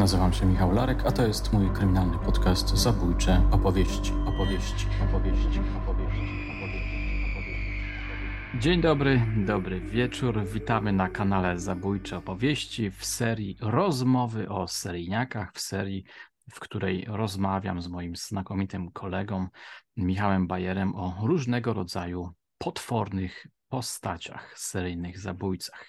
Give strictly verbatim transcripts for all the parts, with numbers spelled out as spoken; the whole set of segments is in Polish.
Nazywam się Michał Larek, a to jest mój kryminalny podcast Zabójcze opowieści, opowieści, opowieści, opowieści, opowieści, opowieści. Dzień dobry, dobry wieczór. Witamy na kanale Zabójcze opowieści w serii rozmowy o seryjniakach, w serii, w której rozmawiam z moim znakomitym kolegą Michałem Bajerem o różnego rodzaju potwornych postaciach, seryjnych zabójcach.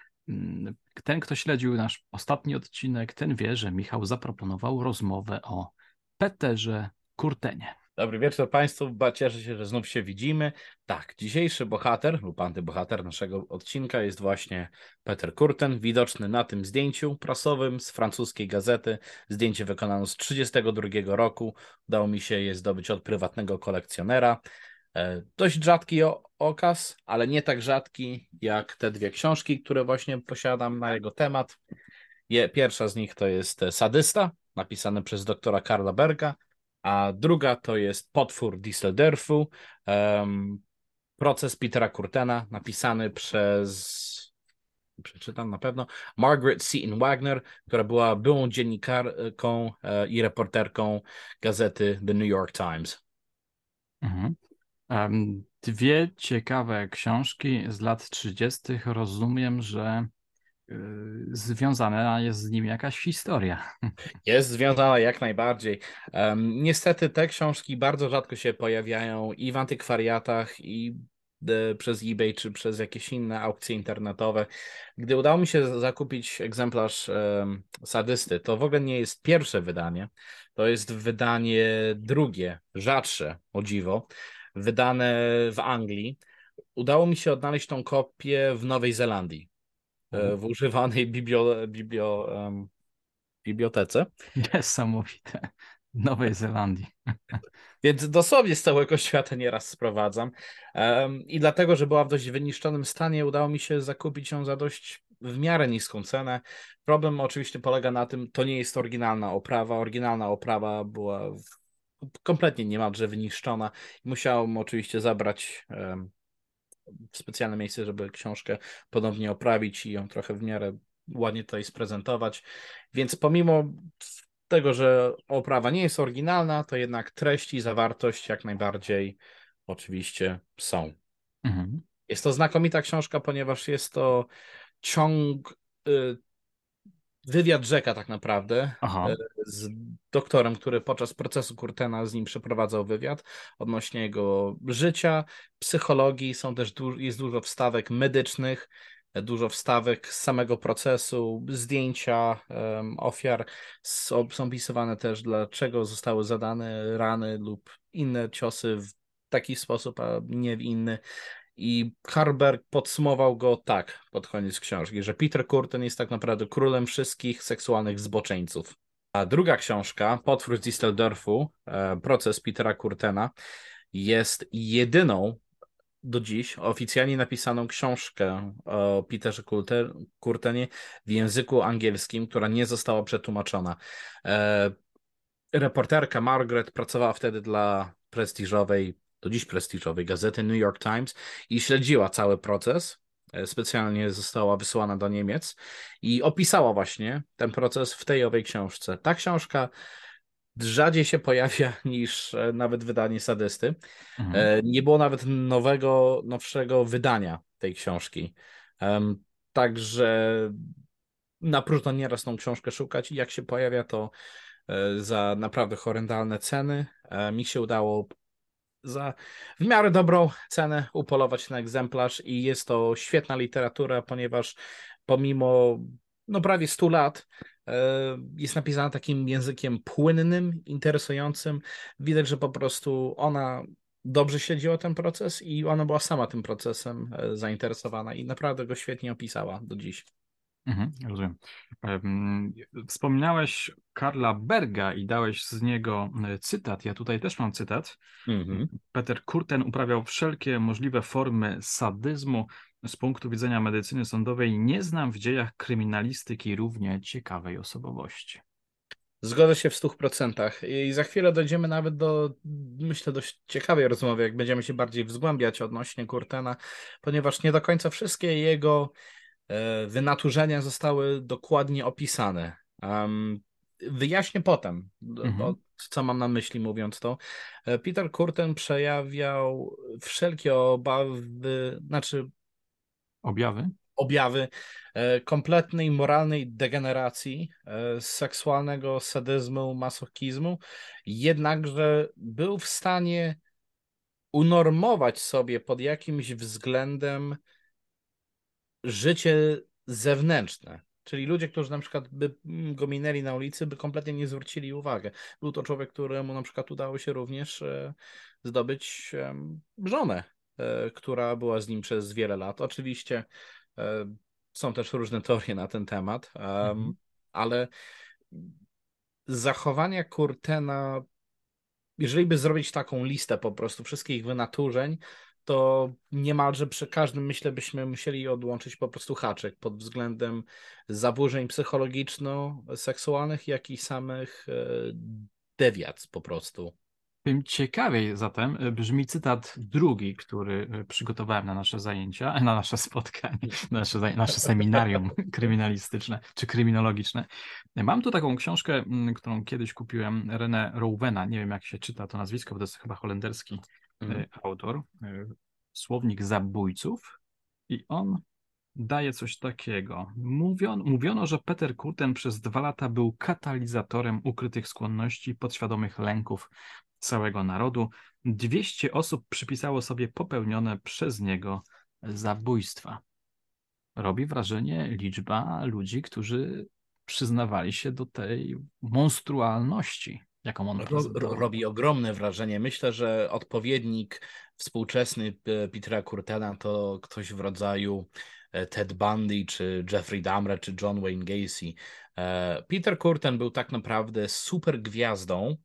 Ten, kto śledził nasz ostatni odcinek, ten wie, że Michał zaproponował rozmowę o Peterze Kurtenie. Dobry wieczór Państwu, cieszę się, że znów się widzimy. Tak, dzisiejszy bohater lub antybohater naszego odcinka jest właśnie Peter Kurten, widoczny na tym zdjęciu prasowym z francuskiej gazety. Zdjęcie wykonano z trzydziestego drugiego roku. Udało mi się je zdobyć od prywatnego kolekcjonera. Dość rzadki okaz, ale nie tak rzadki jak te dwie książki, które właśnie posiadam na jego temat. Pierwsza z nich to jest Sadysta, napisane przez doktora Karla Berga, a druga to jest Potwór Düsseldorfu, um, proces Petera Kurtena, napisany przez, przeczytam na pewno, Margaret Seton Wagner, która była byłą dziennikarką e, i reporterką gazety The New York Times. Mhm. Um, dwie ciekawe książki z lat trzydziestych. Rozumiem, że y, związana jest z nimi jakaś historia. Jest związana jak najbardziej. Um, niestety te książki bardzo rzadko się pojawiają i w antykwariatach, i e, przez eBay, czy przez jakieś inne aukcje internetowe. Gdy udało mi się zakupić egzemplarz e, Sadysty, to w ogóle nie jest pierwsze wydanie. To jest wydanie drugie, rzadsze, o dziwo, wydane w Anglii. Udało mi się odnaleźć tą kopię w Nowej Zelandii, e, w używanej biblio, biblio, um, bibliotece. Niesamowite. Nowej Zelandii. Więc dosłownie z całego świata nieraz sprowadzam. Um, I dlatego, że była w dość wyniszczonym stanie, udało mi się zakupić ją za dość w miarę niską cenę. Problem oczywiście polega na tym, to nie jest oryginalna oprawa. Oryginalna oprawa była w, kompletnie niemalże wyniszczona. Musiałem oczywiście zabrać um, w specjalne miejsce, żeby książkę ponownie oprawić i ją trochę w miarę ładnie tutaj sprezentować. Więc pomimo tego, że oprawa nie jest oryginalna, to jednak treść i zawartość jak najbardziej oczywiście są. Mhm. Jest to znakomita książka, ponieważ jest to ciąg, y, wywiad rzeka tak naprawdę, Aha. y, z doktorem, który podczas procesu Kurtena z nim przeprowadzał wywiad odnośnie jego życia, psychologii. Są też du- jest dużo wstawek medycznych, dużo wstawek z samego procesu, zdjęcia um, ofiar. Są, są opisywane też, dlaczego zostały zadane rany lub inne ciosy w taki sposób, a nie w inny. I Harberg podsumował go tak pod koniec książki, że Peter Kurten jest tak naprawdę królem wszystkich seksualnych zboczeńców. A druga książka, Potwór z Düsseldorfu, e, proces Petera Kurtena, jest jedyną do dziś oficjalnie napisaną książkę o Peterze Kurtenie w języku angielskim, która nie została przetłumaczona. E, reporterka Margaret pracowała wtedy dla prestiżowej, do dziś prestiżowej gazety New York Times i śledziła cały proces. E, specjalnie została wysłana do Niemiec i opisała właśnie ten proces w tej owej książce. Ta książka rzadziej się pojawia niż nawet wydanie Sadysty. Mhm. Nie było nawet nowego, nowszego wydania tej książki. Także na próżno nieraz tą książkę szukać i jak się pojawia, to za naprawdę horrendalne ceny. Mi się udało za w miarę dobrą cenę upolować ten egzemplarz i jest to świetna literatura, ponieważ pomimo no prawie stu lat jest napisana takim językiem płynnym, interesującym. Widać, że po prostu ona dobrze śledziła ten proces i ona była sama tym procesem zainteresowana i naprawdę go świetnie opisała do dziś. Mhm, rozumiem. Um, wspomniałeś Karla Berga i dałeś z niego cytat. Ja tutaj też mam cytat. Mhm. Peter Kurten uprawiał wszelkie możliwe formy sadyzmu. Z punktu widzenia medycyny sądowej nie znam w dziejach kryminalistyki równie ciekawej osobowości. Zgodzę się w stu procentach i za chwilę dojdziemy nawet do, myślę, dość ciekawej rozmowy, jak będziemy się bardziej wzgłębiać odnośnie Kurtena, ponieważ nie do końca wszystkie jego wynaturzenia zostały dokładnie opisane. Um, wyjaśnię potem, Mhm. o, co mam na myśli mówiąc to. Peter Kürten przejawiał wszelkie obawy, znaczy Objawy? objawy e, kompletnej moralnej degeneracji, e, seksualnego sadyzmu, masochizmu, jednakże był w stanie unormować sobie pod jakimś względem życie zewnętrzne. Czyli ludzie, którzy na przykład by go minęli na ulicy, by kompletnie nie zwrócili uwagi. Był to człowiek, któremu na przykład udało się również e, zdobyć em, żonę, e, która była z nim przez wiele lat. Oczywiście e, są też różne teorie na ten temat, em, Mhm. ale zachowania Kurtena, jeżeli by zrobić taką listę po prostu wszystkich wynaturzeń, to niemalże przy każdym, myślę, byśmy musieli odłączyć po prostu haczyk pod względem zaburzeń psychologiczno-seksualnych, jak i samych e, dewiac po prostu. Tym ciekawiej zatem e, brzmi cytat drugi, który e, przygotowałem na nasze zajęcia, na nasze spotkanie, na nasze, zaj- nasze seminarium kryminalistyczne czy kryminologiczne. Mam tu taką książkę, m, którą kiedyś kupiłem, René Rouvena. Nie wiem, jak się czyta to nazwisko, bo to jest chyba holenderski Mhm. e, autor. E, Słownik zabójców. I on daje coś takiego. Mówiono, mówiono, że Peter Kürten przez dwa lata był katalizatorem ukrytych skłonności i podświadomych lęków całego narodu. Dwieście osób przypisało sobie popełnione przez niego zabójstwa. Robi wrażenie liczba ludzi, którzy przyznawali się do tej monstrualności, jaką on Ro, ro, prezentował. robi ogromne wrażenie. Myślę, że odpowiednik współczesny e, Petera Kurtena to ktoś w rodzaju e, Ted Bundy, czy Jeffrey Dahmer, czy John Wayne Gacy. E, Peter Kürten był tak naprawdę super gwiazdą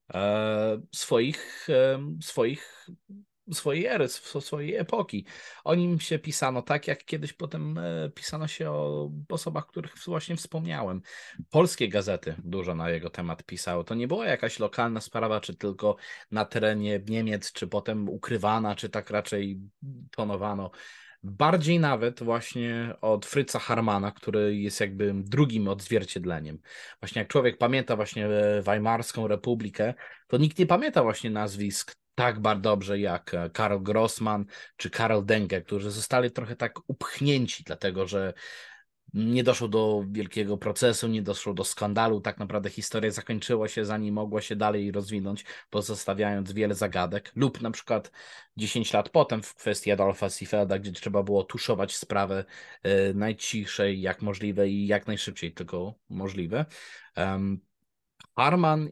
e, swoich, e, swoich, swojej ery, sw- swojej epoki. O nim się pisano tak, jak kiedyś potem e, pisano się o osobach, których właśnie wspomniałem. Polskie gazety dużo na jego temat pisały. To nie była jakaś lokalna sprawa, czy tylko na terenie Niemiec, czy potem ukrywana, czy tak raczej tonowano. Bardziej nawet właśnie od Fritza Harmana, który jest jakby drugim odzwierciedleniem. Właśnie jak człowiek pamięta właśnie e, Weimarską Republikę, to nikt nie pamięta właśnie nazwisk tak bardzo dobrze jak e, Karl Grossman czy Karl Denke, którzy zostali trochę tak upchnięci, dlatego że nie doszło do wielkiego procesu, nie doszło do skandalu. Tak naprawdę historia zakończyła się, zanim mogła się dalej rozwinąć, pozostawiając wiele zagadek. Lub na przykład dziesięć lat potem w kwestii Adolfa Siefelda, gdzie trzeba było tuszować sprawę e, najciszej jak możliwe i jak najszybciej tylko możliwe. Um, Harman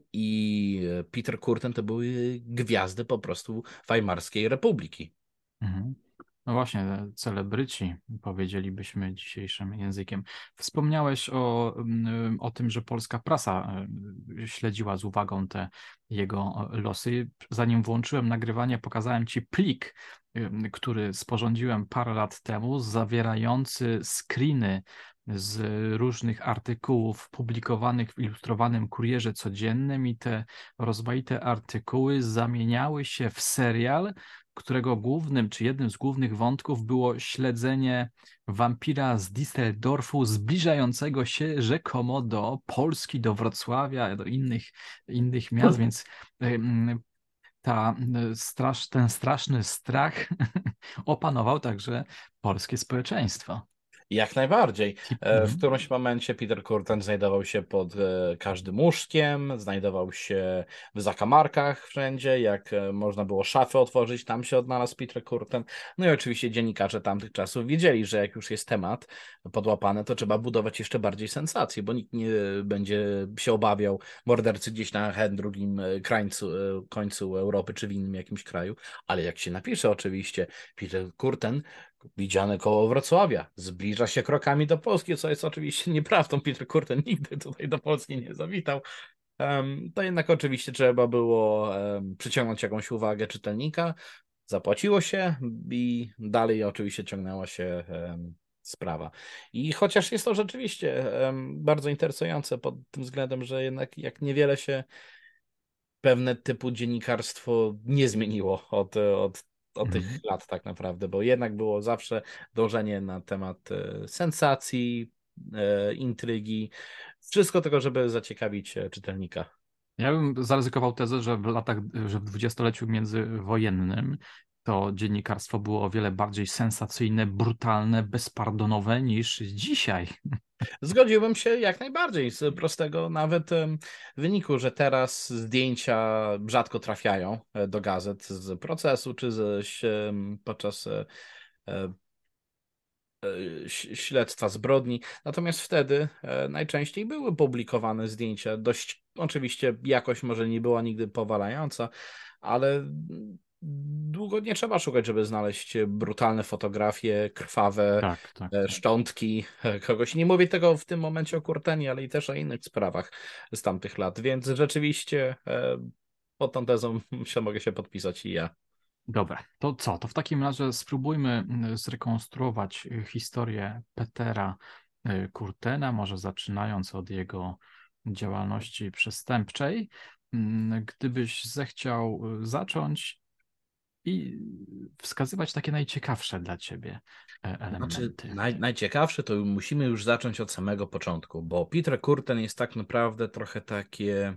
i Peter Kürten to były gwiazdy po prostu Weimarskiej Republiki. Mhm. No właśnie, celebryci, powiedzielibyśmy dzisiejszym językiem. Wspomniałeś o, mm, o tym, że polska prasa y, śledziła z uwagą te jego losy. Zanim włączyłem nagrywanie, pokazałem ci plik, y, który sporządziłem parę lat temu, zawierający screeny z różnych artykułów publikowanych w ilustrowanym Kurierze Codziennym i te rozmaite artykuły zamieniały się w serial, którego głównym, czy jednym z głównych wątków było śledzenie wampira z Düsseldorfu zbliżającego się rzekomo do Polski, do Wrocławia, do innych, innych miast, więc ym, ta y, strasz, ten straszny strach opanował także polskie społeczeństwo. Jak najbardziej. Tip, E, W mhm. którymś momencie Peter Kürten znajdował się pod e, każdym łóżkiem, znajdował się w zakamarkach wszędzie, jak e, można było szafę otworzyć, tam się odnalazł Peter Kürten. No i oczywiście dziennikarze tamtych czasów wiedzieli, że jak już jest temat podłapany, to trzeba budować jeszcze bardziej sensację, bo nikt nie będzie się obawiał mordercy gdzieś na hen drugim e, krańcu, e, końcu Europy czy w innym jakimś kraju, ale jak się napisze oczywiście Peter Kürten widziany koło Wrocławia, zbliża się krokami do Polski, co jest oczywiście nieprawdą. Peter Kürten nigdy tutaj do Polski nie zawitał. Um, to jednak oczywiście trzeba było um, przyciągnąć jakąś uwagę czytelnika. Zapłaciło się i dalej oczywiście ciągnęła się um, sprawa. I chociaż jest to rzeczywiście um, bardzo interesujące pod tym względem, że jednak jak niewiele się pewne typu dziennikarstwo nie zmieniło od, od, od tych Mhm. lat tak naprawdę, bo jednak było zawsze dążenie na temat e, sensacji, e, intrygi. Wszystko tego, żeby zaciekawić czytelnika. Ja bym zaryzykował tezę, że w latach, że w dwudziestoleciu międzywojennym to dziennikarstwo było o wiele bardziej sensacyjne, brutalne, bezpardonowe niż dzisiaj. Zgodziłbym się jak najbardziej z prostego nawet em, wyniku, że teraz zdjęcia rzadko trafiają e, do gazet z procesu czy ze, em, podczas e, e, ś- śledztwa zbrodni. Natomiast wtedy e, najczęściej były publikowane zdjęcia. Dość oczywiście jakość może nie była nigdy powalająca, ale długo nie trzeba szukać, żeby znaleźć brutalne fotografie, krwawe Tak, tak, e, tak. szczątki e, kogoś. Nie mówię tego w tym momencie o Courtenie, ale i też o innych sprawach z tamtych lat, więc rzeczywiście e, pod tą tezą się mogę się podpisać i ja. Dobra, to co? To w takim razie spróbujmy mm, zrekonstruować y, historię Petera y, Courtena, może zaczynając od jego działalności przestępczej. Mm, Gdybyś zechciał y, zacząć i wskazywać takie najciekawsze dla ciebie e, Znaczy, elementy. naj, najciekawsze to musimy już zacząć od samego początku, bo Peter Curtin jest tak naprawdę trochę takie,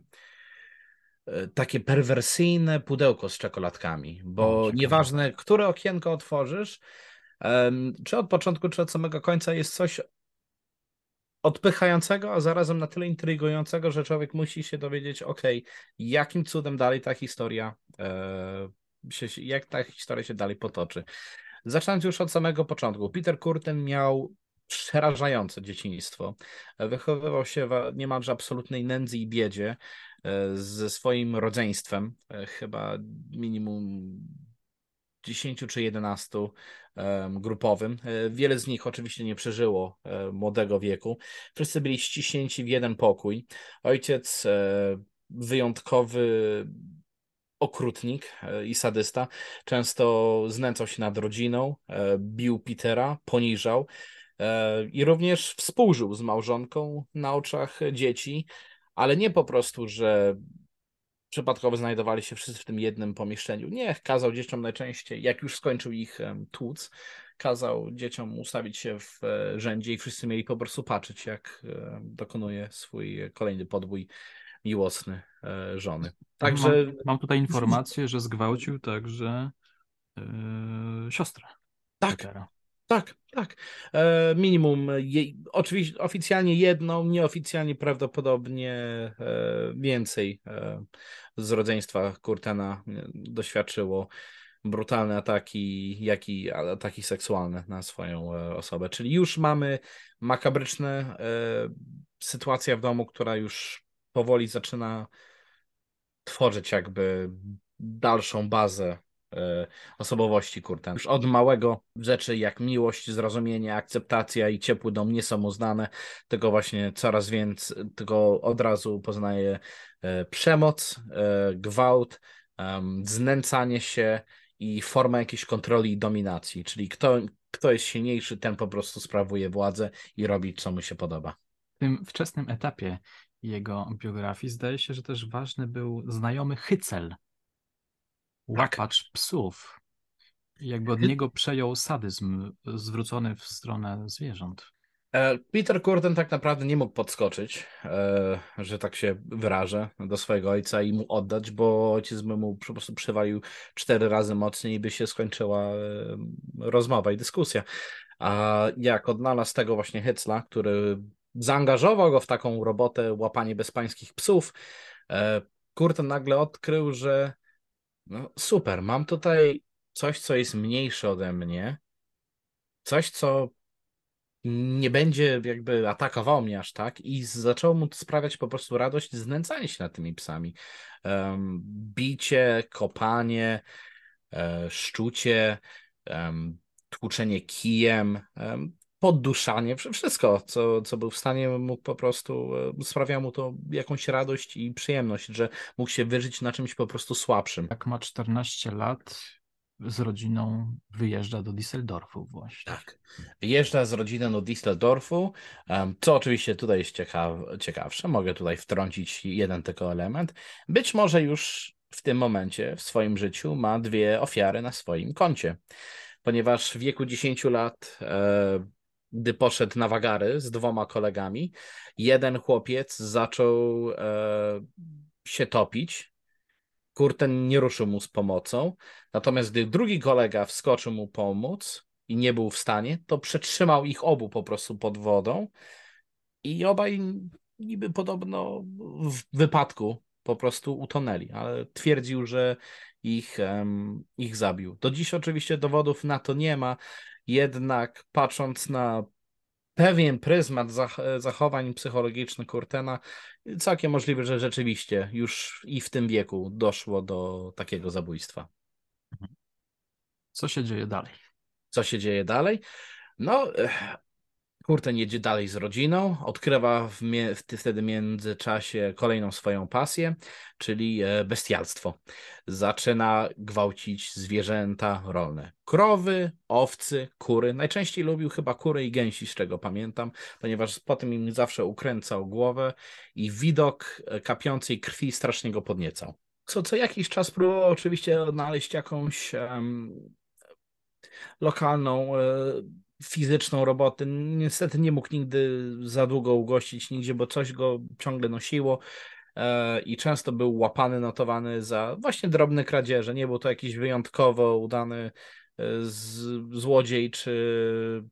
e, takie perwersyjne pudełko z czekoladkami, O, bo ciekawe. nieważne, które okienko otworzysz, em, czy od początku, czy od samego końca jest coś odpychającego, a zarazem na tyle intrygującego, że człowiek musi się dowiedzieć, ok, jakim cudem dalej ta historia, e, się, jak ta historia się dalej potoczy. Zaczynając już od samego początku, Peter Curtin miał przerażające dzieciństwo. Wychowywał się w niemalże absolutnej nędzy i biedzie e, ze swoim rodzeństwem, e, chyba minimum dziesięciu czy jedenastu em, grupowym. E, Wiele z nich oczywiście nie przeżyło e, młodego wieku. Wszyscy byli ściśnięci w jeden pokój. Ojciec e, wyjątkowy okrutnik e, i sadysta. Często znęcał się nad rodziną, e, bił Petera, poniżał e, i również współżył z małżonką na oczach dzieci, ale nie po prostu, że przypadkowo znajdowali się wszyscy w tym jednym pomieszczeniu. Nie, kazał dzieciom najczęściej, jak już skończył ich em, tłuc, kazał dzieciom ustawić się w e, rzędzie i wszyscy mieli po prostu patrzeć, jak e, dokonuje swój kolejny podbój miłosny e, żony. Mam, Także mam tutaj informację, że zgwałcił także yy, siostrę tak, Petera. tak, tak. E, minimum, je, oczywiście oficjalnie jedną, nieoficjalnie prawdopodobnie e, więcej e, z rodzeństwa Kurtena e, doświadczyło brutalne ataki, jak i ataki seksualne na swoją e, osobę. Czyli już mamy makabryczne e, sytuacja w domu, która już powoli zaczyna tworzyć jakby dalszą bazę e, osobowości Kurta. Już od małego rzeczy jak miłość, zrozumienie, akceptacja i ciepły dom nie są mu znane, tylko właśnie coraz więcej, tylko od razu poznaje e, przemoc, e, gwałt, em, znęcanie się i formę jakiejś kontroli i dominacji, czyli kto, kto jest silniejszy, ten po prostu sprawuje władzę i robi, co mu się podoba. W tym wczesnym etapie jego biografii zdaje się, że też ważny był znajomy Hycel, Tak. łapacz psów. I jakby od niego przejął sadyzm zwrócony w stronę zwierząt. E, Peter Curtin tak naprawdę nie mógł podskoczyć, e, że tak się wyrażę, do swojego ojca i mu oddać, bo ojciec by mu po prostu przywalił cztery razy mocniej i by się skończyła e, rozmowa i dyskusja. A jak odnalazł tego właśnie Hycla, który zaangażował go w taką robotę łapanie bezpańskich psów, e, Curtin nagle odkrył, że no, super, mam tutaj coś, co jest mniejsze ode mnie, coś, co nie będzie jakby atakował mnie aż tak i zaczęło mu to sprawiać po prostu radość znęcanie się nad tymi psami. Um, bicie, kopanie, e, szczucie, em, tłuczenie kijem, em, podduszanie, wsz- wszystko, co, co był w stanie, mógł po prostu, e, sprawiało mu to jakąś radość i przyjemność, że mógł się wyżyć na czymś po prostu słabszym. Jak ma czternaście lat, z rodziną wyjeżdża do Düsseldorfu właśnie. Tak. Wyjeżdża z rodziną do Düsseldorfu, em, co oczywiście tutaj jest ciekaw, ciekawsze. Mogę tutaj wtrącić jeden tylko element. Być może już w tym momencie w swoim życiu ma dwie ofiary na swoim koncie, ponieważ w wieku dziesięciu lat e, gdy poszedł na wagary z dwoma kolegami. Jeden chłopiec zaczął e, się topić. Kurten nie ruszył mu z pomocą. Natomiast gdy drugi kolega wskoczył mu pomóc i nie był w stanie, to przetrzymał ich obu po prostu pod wodą i obaj niby podobno w wypadku po prostu utonęli, ale twierdził, że ich, um, ich zabił. Do dziś oczywiście dowodów na to nie ma, jednak patrząc na pewien pryzmat zach- zachowań psychologicznych Kurtena, całkiem możliwe, że rzeczywiście już i w tym wieku doszło do takiego zabójstwa. Co się dzieje dalej? Co się dzieje dalej? No, Kurten jedzie dalej z rodziną, odkrywa w, mie- w wtedy międzyczasie kolejną swoją pasję, czyli e, bestialstwo. Zaczyna gwałcić zwierzęta rolne. Krowy, owcy, kury. Najczęściej lubił chyba kury i gęsi, z czego pamiętam, ponieważ potem im zawsze ukręcał głowę i widok e, kapiącej krwi strasznie go podniecał. Co, co jakiś czas próbował oczywiście odnaleźć jakąś em, lokalną, e, fizyczną robotę. Niestety nie mógł nigdy za długo ugościć nigdzie, bo coś go ciągle nosiło e, i często był łapany, notowany za właśnie drobne kradzieże. Nie był to jakiś wyjątkowo udany e, z, złodziej czy,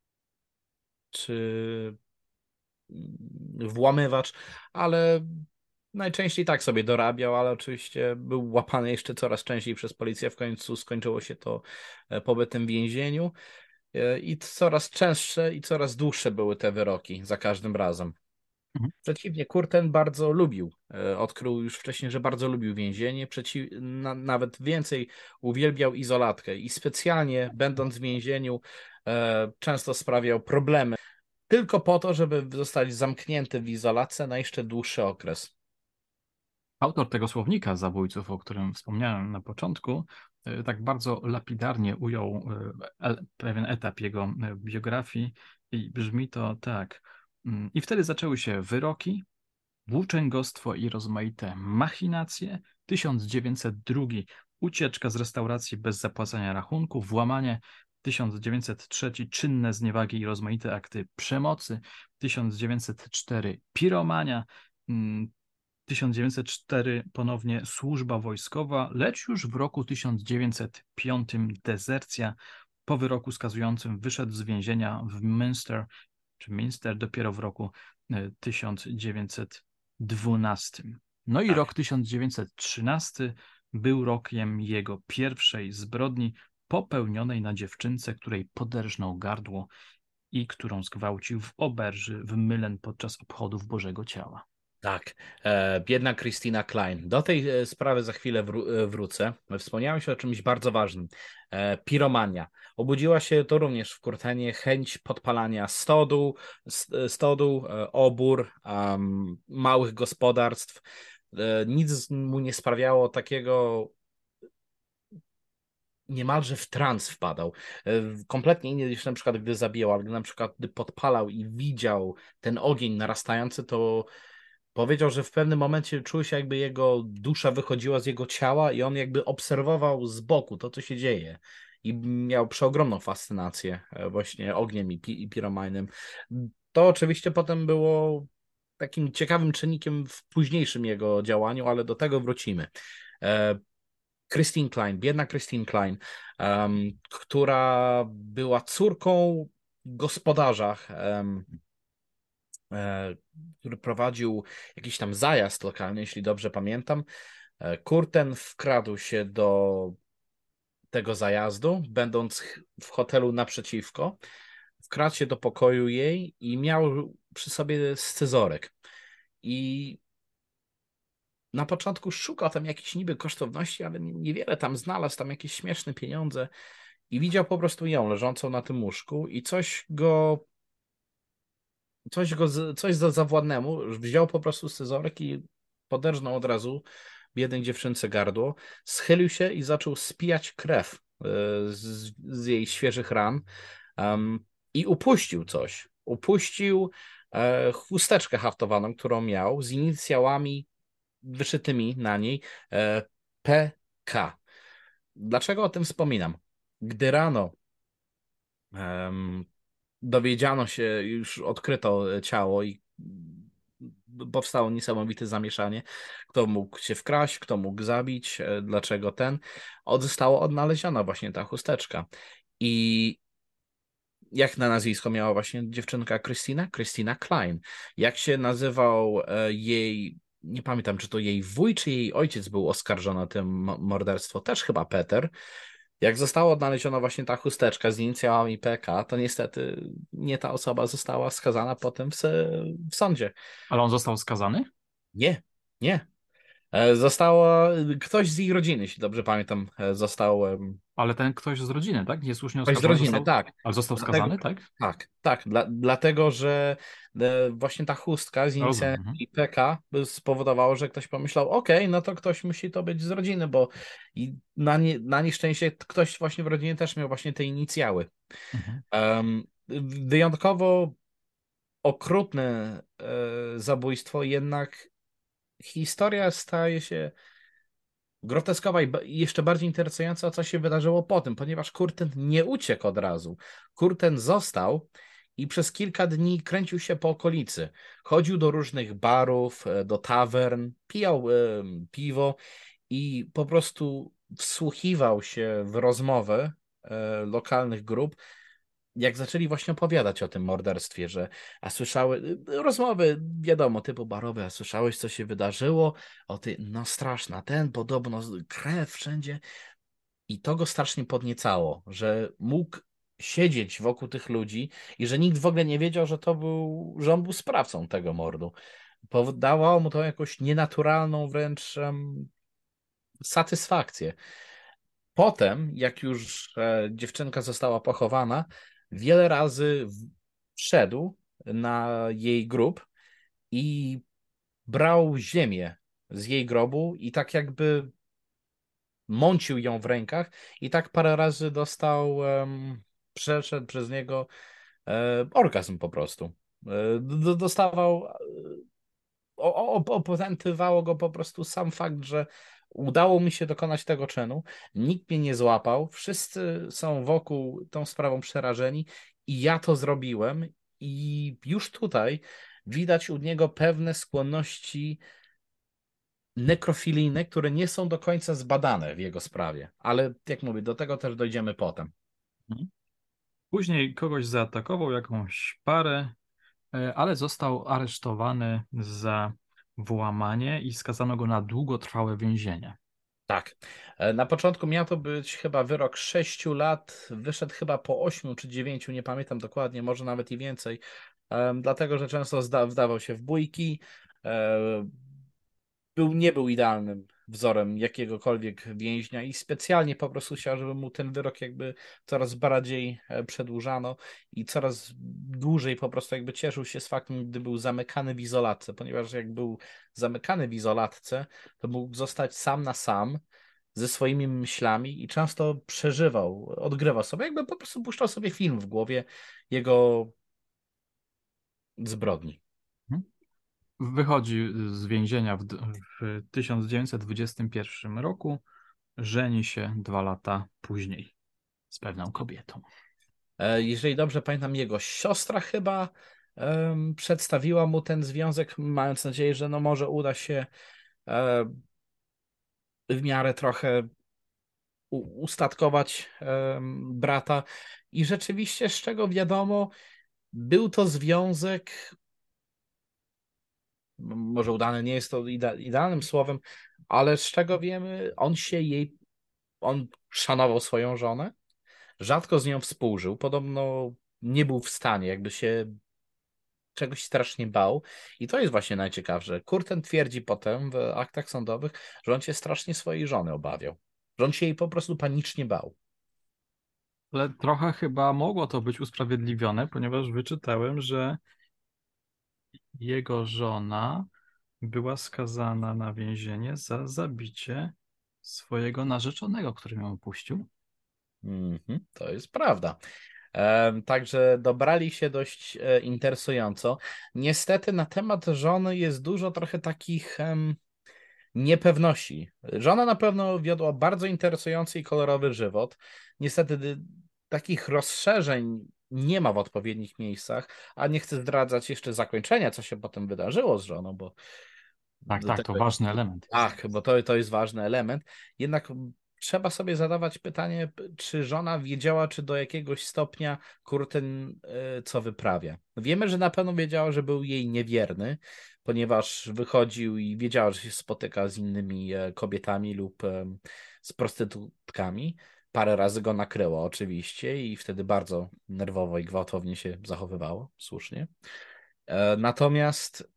czy włamywacz, ale najczęściej tak sobie dorabiał, ale oczywiście był łapany jeszcze coraz częściej przez policję. W końcu skończyło się to e, pobytem w więzieniu. I coraz częstsze i coraz dłuższe były te wyroki za każdym razem. Mhm. Przeciwnie, Kurten bardzo lubił, e, odkrył już wcześniej, że bardzo lubił więzienie, przeciw, na, nawet więcej uwielbiał izolatkę i specjalnie będąc w więzieniu e, często sprawiał problemy tylko po to, żeby zostać zamknięty w izolatce na jeszcze dłuższy okres. Autor tego słownika zabójców, o którym wspomniałem na początku, e, tak bardzo lapidarnie ujął e, e, pewien etap jego e, biografii i brzmi to tak. Mm, I wtedy zaczęły się wyroki, włóczęgostwo i rozmaite machinacje. tysiąc dziewięćset drugi ucieczka z restauracji bez zapłacania rachunku, włamanie. tysiąc dziewięćset trzy czynne zniewagi i rozmaite akty przemocy. tysiąc dziewięćset cztery piromania. Mm, tysiąc dziewięćset cztery ponownie służba wojskowa, lecz już w roku tysiąc dziewięćset pięć dezercja. Po wyroku skazującym wyszedł z więzienia w Münster, czy Münster dopiero w roku e, tysiąc dziewięćset dwunastym. No i Tak. rok tysiąc dziewięćset trzynasty był rokiem jego pierwszej zbrodni popełnionej na dziewczynce, której poderżnął gardło i którą zgwałcił w oberży w Mylen podczas obchodów Bożego Ciała. Tak, e, biedna Christina Klein. Do tej e, sprawy za chwilę wró- e, wrócę. Wspomniałem się o czymś bardzo ważnym. E, piromania. Obudziła się to również w Kurtenie chęć podpalania stodół, s- stodół, e, obór, am, małych gospodarstw. E, nic mu nie sprawiało takiego, niemalże w trans wpadał. E, Kompletnie inny niż na przykład gdy zabijał, ale gdy na przykład gdy podpalał i widział ten ogień narastający, to powiedział, że w pewnym momencie czuł się, jakby jego dusza wychodziła z jego ciała i on jakby obserwował z boku to, co się dzieje. I miał przeogromną fascynację e, właśnie ogniem i, pi i piromajnym. To oczywiście potem było takim ciekawym czynnikiem w późniejszym jego działaniu, ale do tego wrócimy. E, Christine Klein, biedna Christine Klein, um, która była córką gospodarza, um, e, który prowadził jakiś tam zajazd lokalny, jeśli dobrze pamiętam. E, Kurten wkradł się do tego zajazdu, będąc ch- w hotelu naprzeciwko. Wkradł się do pokoju jej i miał przy sobie scyzorek. I na początku szukał tam jakichś niby kosztowności, ale niewiele tam znalazł, tam jakieś śmieszne pieniądze i widział po prostu ją leżącą na tym łóżku i coś go, coś go, z- coś za zawładnęmu, wziął po prostu scyzoryk i poderżnął od razu biednej dziewczynce gardło, schylił się i zaczął spijać krew e, z, z jej świeżych ran em, i upuścił coś. Upuścił e, chusteczkę haftowaną, którą miał z inicjałami wyszytymi na niej e, P K. Dlaczego o tym wspominam? Gdy rano em, dowiedziano się, już odkryto ciało i powstało niesamowite zamieszanie, kto mógł się wkraść, kto mógł zabić, dlaczego ten. Została odnaleziona właśnie ta chusteczka. I jak na nazwisko miała właśnie dziewczynka Christina? Christina Klein. Jak się nazywał jej, nie pamiętam, czy to jej wuj, czy jej ojciec był oskarżony o tym morderstwo, też chyba Peter. Jak została odnaleziona właśnie ta chusteczka z inicjałami P K, to niestety nie ta osoba została skazana potem w, w sądzie. Ale on został skazany? Nie, nie. Zostało, ktoś z ich rodziny, jeśli dobrze pamiętam, został... Ale ten ktoś z rodziny, tak? Niesłusznie Ktoś z oskarżony rodziny, został... tak. Ale został Dlatego, skazany, tak? tak, tak. Dla, dlatego, że e, właśnie ta chustka z Rozumiem. inicjałami Mhm. P K spowodowało, że ktoś pomyślał, okej, okay, no to ktoś musi to być z rodziny, bo i na, nie, na nieszczęście ktoś właśnie w rodzinie też miał właśnie te inicjały. Mhm. Um, wyjątkowo okrutne e, zabójstwo, jednak historia staje się groteskowa i jeszcze bardziej interesująca, co się wydarzyło po tym, ponieważ Curtin nie uciekł od razu. Curtin został i przez kilka dni kręcił się po okolicy. Chodził do różnych barów, do tawern, pijał e, piwo i po prostu wsłuchiwał się w rozmowy e, lokalnych grup, jak zaczęli właśnie opowiadać o tym morderstwie, że a słyszały, rozmowy wiadomo, typu barowe, a słyszałeś, co się wydarzyło? O ty, no straszna, ten podobno krew wszędzie. I to go strasznie podniecało, że mógł siedzieć wokół tych ludzi i że nikt w ogóle nie wiedział, że to był, że on był sprawcą tego mordu. Dawało mu to jakąś nienaturalną wręcz um, satysfakcję. Potem, jak już e, dziewczynka została pochowana, wiele razy wszedł na jej grób i brał ziemię z jej grobu i tak jakby mącił ją w rękach i tak parę razy dostał, um, przeszedł przez niego e, orgazm po prostu. E, d- dostawał, o, opętywało go po prostu sam fakt, że udało mi się dokonać tego czynu, nikt mnie nie złapał, wszyscy są wokół tą sprawą przerażeni i ja to zrobiłem i już tutaj widać u niego pewne skłonności nekrofilijne, które nie są do końca zbadane w jego sprawie, ale jak mówię, do tego też dojdziemy potem. Później kogoś zaatakował, jakąś parę, ale został aresztowany za włamanie i skazano go na długotrwałe więzienie. Tak. Na początku miał to być chyba wyrok sześciu lat, wyszedł chyba po ośmiu czy dziewięciu, nie pamiętam dokładnie, może nawet i więcej, um, dlatego, że często zda wdawał się w bójki, um, był, nie był idealnym wzorem jakiegokolwiek więźnia i specjalnie po prostu chciał, żeby mu ten wyrok jakby coraz bardziej przedłużano i coraz dłużej po prostu jakby cieszył się z faktem, gdy był zamykany w izolatce, ponieważ jak był zamykany w izolatce, to mógł zostać sam na sam ze swoimi myślami i często przeżywał, odgrywał sobie, jakby po prostu puszczał sobie film w głowie jego zbrodni. Wychodzi z więzienia w, w tysiąc dziewięćset dwudziestym pierwszym roku, żeni się dwa lata później z pewną kobietą. Jeżeli dobrze pamiętam, jego siostra chyba um, przedstawiła mu ten związek, mając nadzieję, że no może uda się um, w miarę trochę u, ustatkować um, brata. I rzeczywiście, z czego wiadomo, był to związek, może udany nie jest to ide, idealnym słowem, ale z czego wiemy, on się jej, on szanował swoją żonę, rzadko z nią współżył, podobno nie był w stanie, jakby się czegoś strasznie bał. I to jest właśnie najciekawsze. Curtin twierdzi potem w aktach sądowych, że on się strasznie swojej żony obawiał. Że on się jej po prostu panicznie bał. Ale trochę chyba mogło to być usprawiedliwione, ponieważ wyczytałem, że jego żona była skazana na więzienie za zabicie swojego narzeczonego, który ją opuścił. Mm-hmm, to jest prawda. E, także dobrali się dość e, interesująco. Niestety na temat żony jest dużo trochę takich em, niepewności. Żona na pewno wiodła bardzo interesujący i kolorowy żywot. Niestety takich rozszerzeń nie ma w odpowiednich miejscach, a nie chcę zdradzać jeszcze zakończenia, co się potem wydarzyło z żoną, bo Tak, do tak, to tego, ważny element jest. tak, bo to, to jest ważny element. Jednak trzeba sobie zadawać pytanie, czy żona wiedziała, czy do jakiegoś stopnia Kurten e, co wyprawia. Wiemy, że na pewno wiedziała, że był jej niewierny, ponieważ wychodził i wiedziała, że się spotyka z innymi e, kobietami lub e, z prostytutkami. Parę razy go nakryło oczywiście i wtedy bardzo nerwowo i gwałtownie się zachowywało, słusznie. E, Natomiast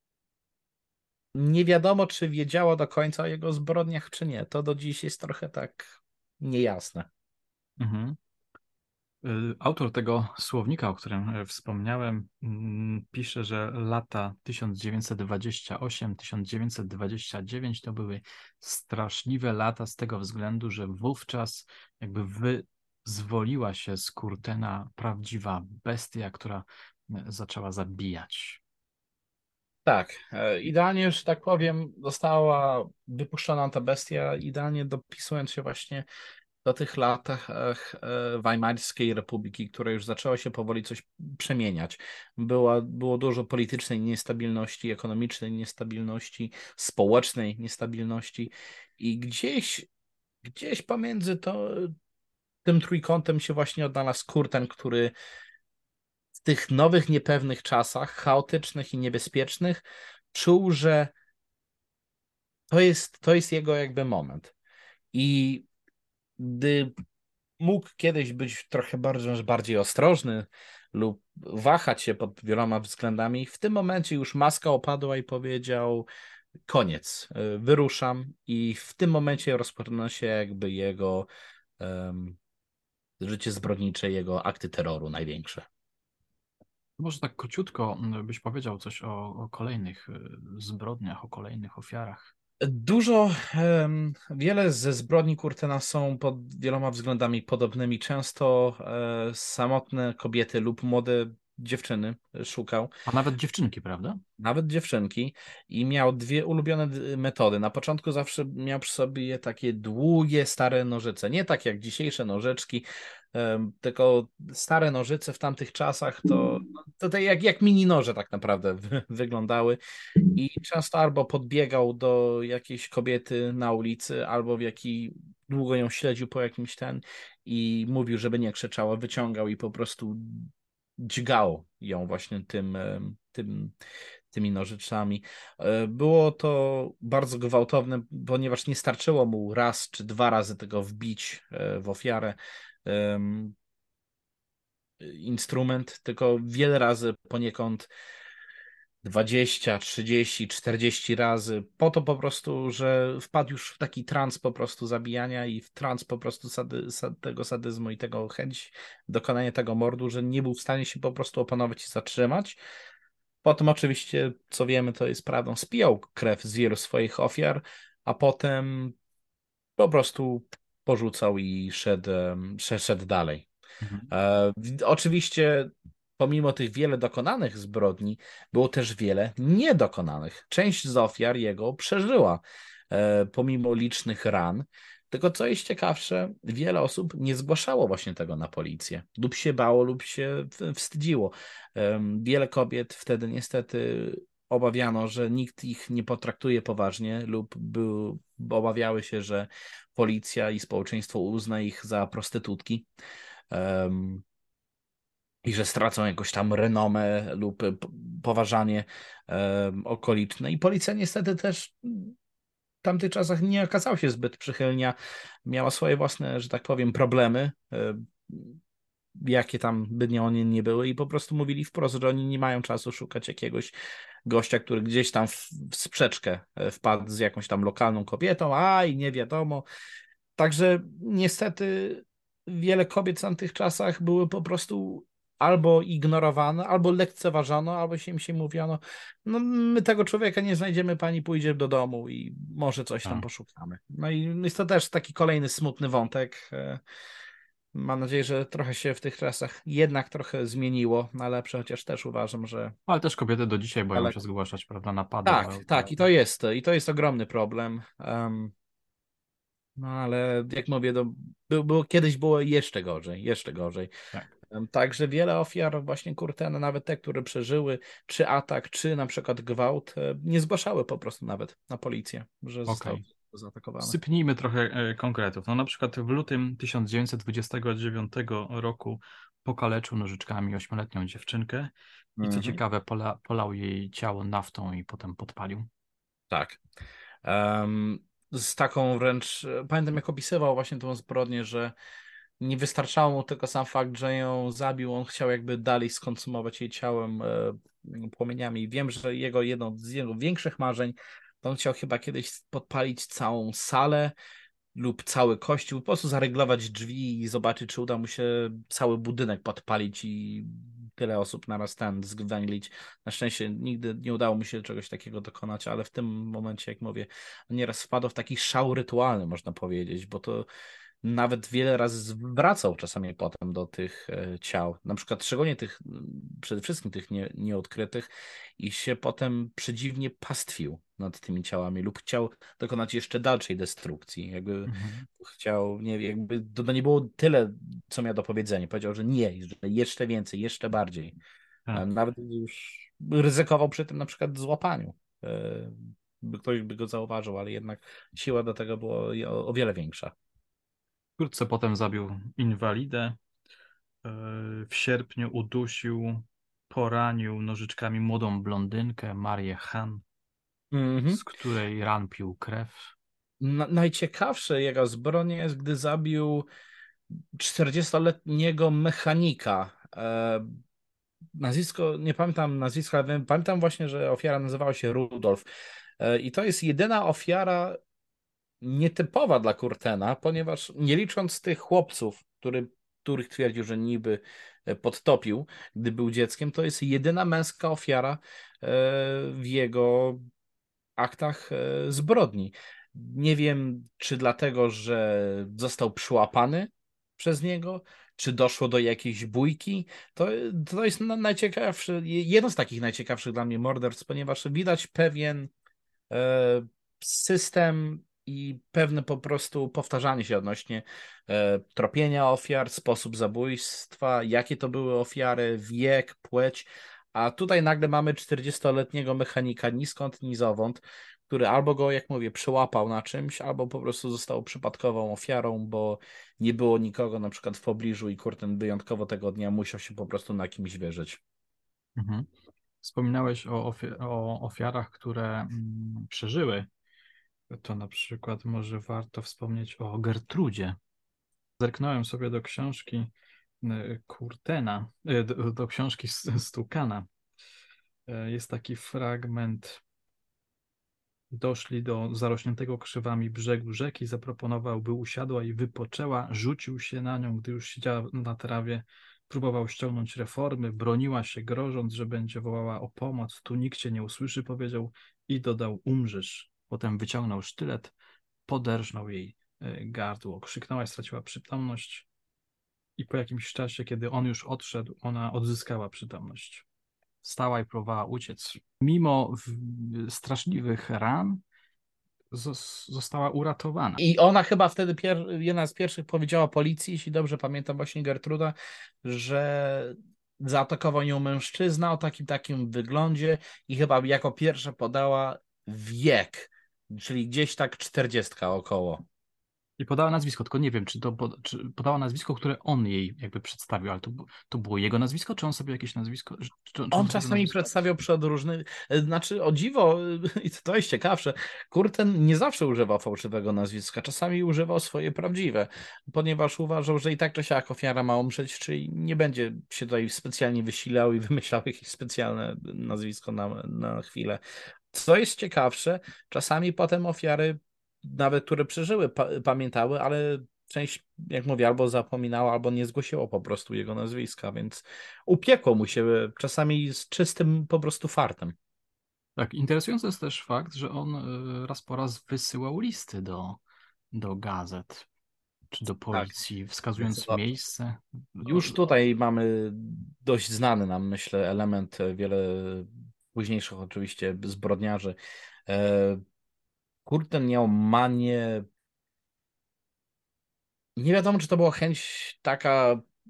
nie wiadomo, czy wiedziała do końca o jego zbrodniach, czy nie. To do dziś jest trochę tak niejasne. Mhm. Y, Autor tego słownika, o którym e, wspomniałem, mm, pisze, że lata tysiąc dziewięćset dwadzieścia osiem do tysiąc dziewięćset dwadzieścia dziewięć to były straszliwe lata z tego względu, że wówczas jakby wyzwoliła się z Kurtena prawdziwa bestia, która e, zaczęła zabijać. Tak, e, idealnie, że tak powiem, została wypuszczona ta bestia, idealnie dopisując się właśnie do tych latach e, Weimarskiej Republiki, które już zaczęło się powoli coś przemieniać. Była, było dużo politycznej niestabilności, ekonomicznej niestabilności, społecznej niestabilności i gdzieś, gdzieś pomiędzy to, tym trójkątem się właśnie odnalazł Kurten, który w tych nowych, niepewnych czasach, chaotycznych i niebezpiecznych, czuł, że to jest, to jest jego jakby moment. I gdy mógł kiedyś być trochę bardziej, bardziej ostrożny lub wahać się pod wieloma względami, w tym momencie już maska opadła i powiedział: koniec, y, wyruszam. I w tym momencie rozpoczyna się jakby jego um, życie zbrodnicze, jego akty terroru największe. Może tak króciutko mm, byś powiedział coś o, o kolejnych y, zbrodniach, o kolejnych ofiarach. Dużo, em, wiele ze zbrodni Kurtena są pod wieloma względami podobnymi. Często e, samotne kobiety lub młode dziewczyny szukał, A nawet dziewczynki, prawda? nawet dziewczynki, i miał dwie ulubione d- metody. Na początku zawsze miał przy sobie takie długie, stare nożyce. Nie tak jak dzisiejsze nożyczki, em, tylko stare nożyce w tamtych czasach to, to tak jak, jak mini noże tak naprawdę wy- wyglądały. I często albo podbiegał do jakiejś kobiety na ulicy, albo w jaki długo ją śledził po jakimś ten i mówił, żeby nie krzyczała, wyciągał i po prostu dźgał ją właśnie tym, em, tym, tymi nożyczami. E, Było to bardzo gwałtowne, ponieważ nie starczyło mu raz czy dwa razy tego wbić e, w ofiarę em, instrument, tylko wiele razy poniekąd dwadzieścia, trzydzieści, czterdzieści razy, po to po prostu, że wpadł już w taki trans po prostu zabijania i w trans po prostu sady, sa, tego sadyzmu i tego chęć dokonania tego mordu, że nie był w stanie się po prostu opanować i zatrzymać. Potem oczywiście, co wiemy, to jest prawdą, spijał krew z wielu swoich ofiar, a potem po prostu porzucał i szedł, em, szedł dalej. Mhm. E, Oczywiście, pomimo tych wiele dokonanych zbrodni, było też wiele niedokonanych. Część z ofiar jego przeżyła, e, pomimo licznych ran. Tylko co jest ciekawsze, wiele osób nie zgłaszało właśnie tego na policję, lub się bało, lub się w- wstydziło. Em, Wiele kobiet wtedy niestety obawiano, że nikt ich nie potraktuje poważnie, lub był, obawiały się, że policja i społeczeństwo uzna ich za prostytutki. Em, i że stracą jakoś tam renomę lub p- poważanie em, okoliczne. I policja niestety też w tamtych czasach nie okazała się zbyt przychylnia. Miała swoje własne, że tak powiem, problemy, em, jakie tam by nie one nie były, i po prostu mówili wprost, że oni nie mają czasu szukać jakiegoś gościa, który gdzieś tam w, w sprzeczkę e, wpadł z jakąś tam lokalną kobietą, a i nie wiadomo. Także niestety wiele kobiet w tamtych czasach były po prostu albo ignorowane, albo lekceważono, albo się im się mówiono: no my tego człowieka nie znajdziemy, pani pójdzie do domu i może coś tam Tak. poszukamy. No i jest to też taki kolejny smutny wątek. E, Mam nadzieję, że trochę się w tych czasach jednak trochę zmieniło na lepsze, chociaż też uważam, że Ale też kobiety do dzisiaj boją się daleko. zgłaszać, prawda, napady. Tak, gwałty. tak, i to jest, i to jest ogromny problem. Em, no ale jak mówię, to był, było, kiedyś było jeszcze gorzej, jeszcze gorzej. Tak. Także wiele ofiar właśnie Kurtena, nawet te, które przeżyły, czy atak, czy na przykład gwałt, e, nie zgłaszały po prostu nawet na policję, że zostały Okej. zaatakowane. Sypnijmy trochę e, konkretów. No na przykład w lutym tysiąc dziewięćset dwudziestego dziewiątego roku pokaleczył nożyczkami ośmioletnią dziewczynkę i co Mhm. ciekawe pola, polał jej ciało naftą i potem podpalił. Tak. Em, z taką wręcz, e, pamiętam jak opisywał właśnie tą zbrodnię, że nie wystarczało mu tylko sam fakt, że ją zabił, on chciał jakby dalej skonsumować jej ciałem e, płomieniami. Wiem, że jego jedno z jego większych marzeń, to on chciał chyba kiedyś podpalić całą salę lub cały kościół, po prostu zaryglować drzwi i zobaczyć, czy uda mu się cały budynek podpalić i tyle osób naraz ten zgwęglić. Na szczęście nigdy nie udało mi się czegoś takiego dokonać, ale w tym momencie, jak mówię, nieraz wpadł w taki szał rytualny, można powiedzieć, bo to nawet wiele razy wracał czasami potem do tych e, ciał, na przykład szczególnie tych, m, przede wszystkim tych nie, nieodkrytych i się potem przedziwnie pastwił nad tymi ciałami lub chciał dokonać jeszcze dalszej destrukcji, jakby Mhm. chciał, nie wiem, jakby to, to nie było tyle, co miał do powiedzenia, powiedział, że nie, że jeszcze więcej, jeszcze bardziej. Tak. E, Nawet już ryzykował przy tym na przykład złapaniu. E, by ktoś by go zauważył, ale jednak siła do tego była o, o wiele większa. Wkrótce potem zabił inwalidę. E, W sierpniu udusił, poranił nożyczkami młodą blondynkę Marię Han, Mhm. z której ran pił krew. Na, najciekawsze jego zbrodnie jest, gdy zabił czterdziestoletniego mechanika. E, nazwisko, nie pamiętam nazwiska, ale wiem- pamiętam właśnie, że ofiara nazywała się Rudolf. E, I to jest jedyna ofiara nietypowa dla Kurtena, ponieważ nie licząc tych chłopców, który, których twierdził, że niby e, podtopił, gdy był dzieckiem, to jest jedyna męska ofiara e, w jego aktach e, zbrodni. Nie wiem, czy dlatego, że został przyłapany przez niego, czy doszło do jakiejś bójki. To, to jest na- najciekawszy, jedno z takich najciekawszych dla mnie morderstw, ponieważ widać pewien e, system i pewne po prostu powtarzanie się odnośnie e, tropienia ofiar, sposób zabójstwa, jakie to były ofiary, wiek, płeć. A tutaj nagle mamy czterdziestoletniego mechanika ni skąd, ni zowąd, który albo go, jak mówię, przyłapał na czymś, albo po prostu został przypadkową ofiarą, bo nie było nikogo na przykład w pobliżu i Kurten wyjątkowo tego dnia musiał się po prostu na kimś wierzyć. Mhm. Wspominałeś o, ofi- o ofiarach, które mm, przeżyły. To na przykład może warto wspomnieć o Gertrudzie. Zerknąłem sobie do książki e, Kurtena, e, do, do książki S- Stukana. E, Jest taki fragment. Doszli do zarośniętego krzewami brzegu rzeki, zaproponował, by usiadła i wypoczęła, rzucił się na nią, gdy już siedziała na trawie, próbował ściągnąć reformy, broniła się, grożąc, że będzie wołała o pomoc, tu nikt cię nie usłyszy, powiedział i dodał, umrzesz. Potem wyciągnął sztylet, poderżnął jej e, gardło, krzyknęła i straciła przytomność i po jakimś czasie, kiedy on już odszedł, ona odzyskała przytomność. Wstała i próbowała uciec. Mimo w- straszliwych ran, zos- została uratowana. I ona chyba wtedy pier jedna z pierwszych powiedziała policji, jeśli dobrze pamiętam, właśnie Gertruda, że zaatakował ją mężczyzna o takim takim wyglądzie i chyba jako pierwsza podała wiek, czyli gdzieś tak czterdziestka około. I podała nazwisko, tylko nie wiem, czy to pod, czy podała nazwisko, które on jej jakby przedstawił, ale to, bu- to było jego nazwisko, czy on sobie jakieś nazwisko, czy, czy on On sobie to czasami nazwisko... przedstawiał przed różnymi, znaczy o dziwo, i to jest ciekawsze, Kurten nie zawsze używał fałszywego nazwiska, czasami używał swoje prawdziwe, ponieważ uważał, że i tak czy siak ofiara ma umrzeć, czyli nie będzie się tutaj specjalnie wysilał i wymyślał jakieś specjalne nazwisko na, na chwilę. Co jest ciekawsze, czasami potem ofiary, nawet które przeżyły, pa pamiętały, ale część, jak mówię, albo zapominała, albo nie zgłosiło po prostu jego nazwiska, więc upiekło mu się czasami z czystym po prostu fartem. Tak, interesujący jest też fakt, że on y, raz po raz wysyłał listy do, do gazet, czy do Tak, policji, wskazując zdecydowanie. miejsce. Już tutaj mamy dość znany nam, myślę, element wiele późniejszych oczywiście zbrodniarzy. E, Kurten miał manię, nie wiadomo, czy to była chęć taka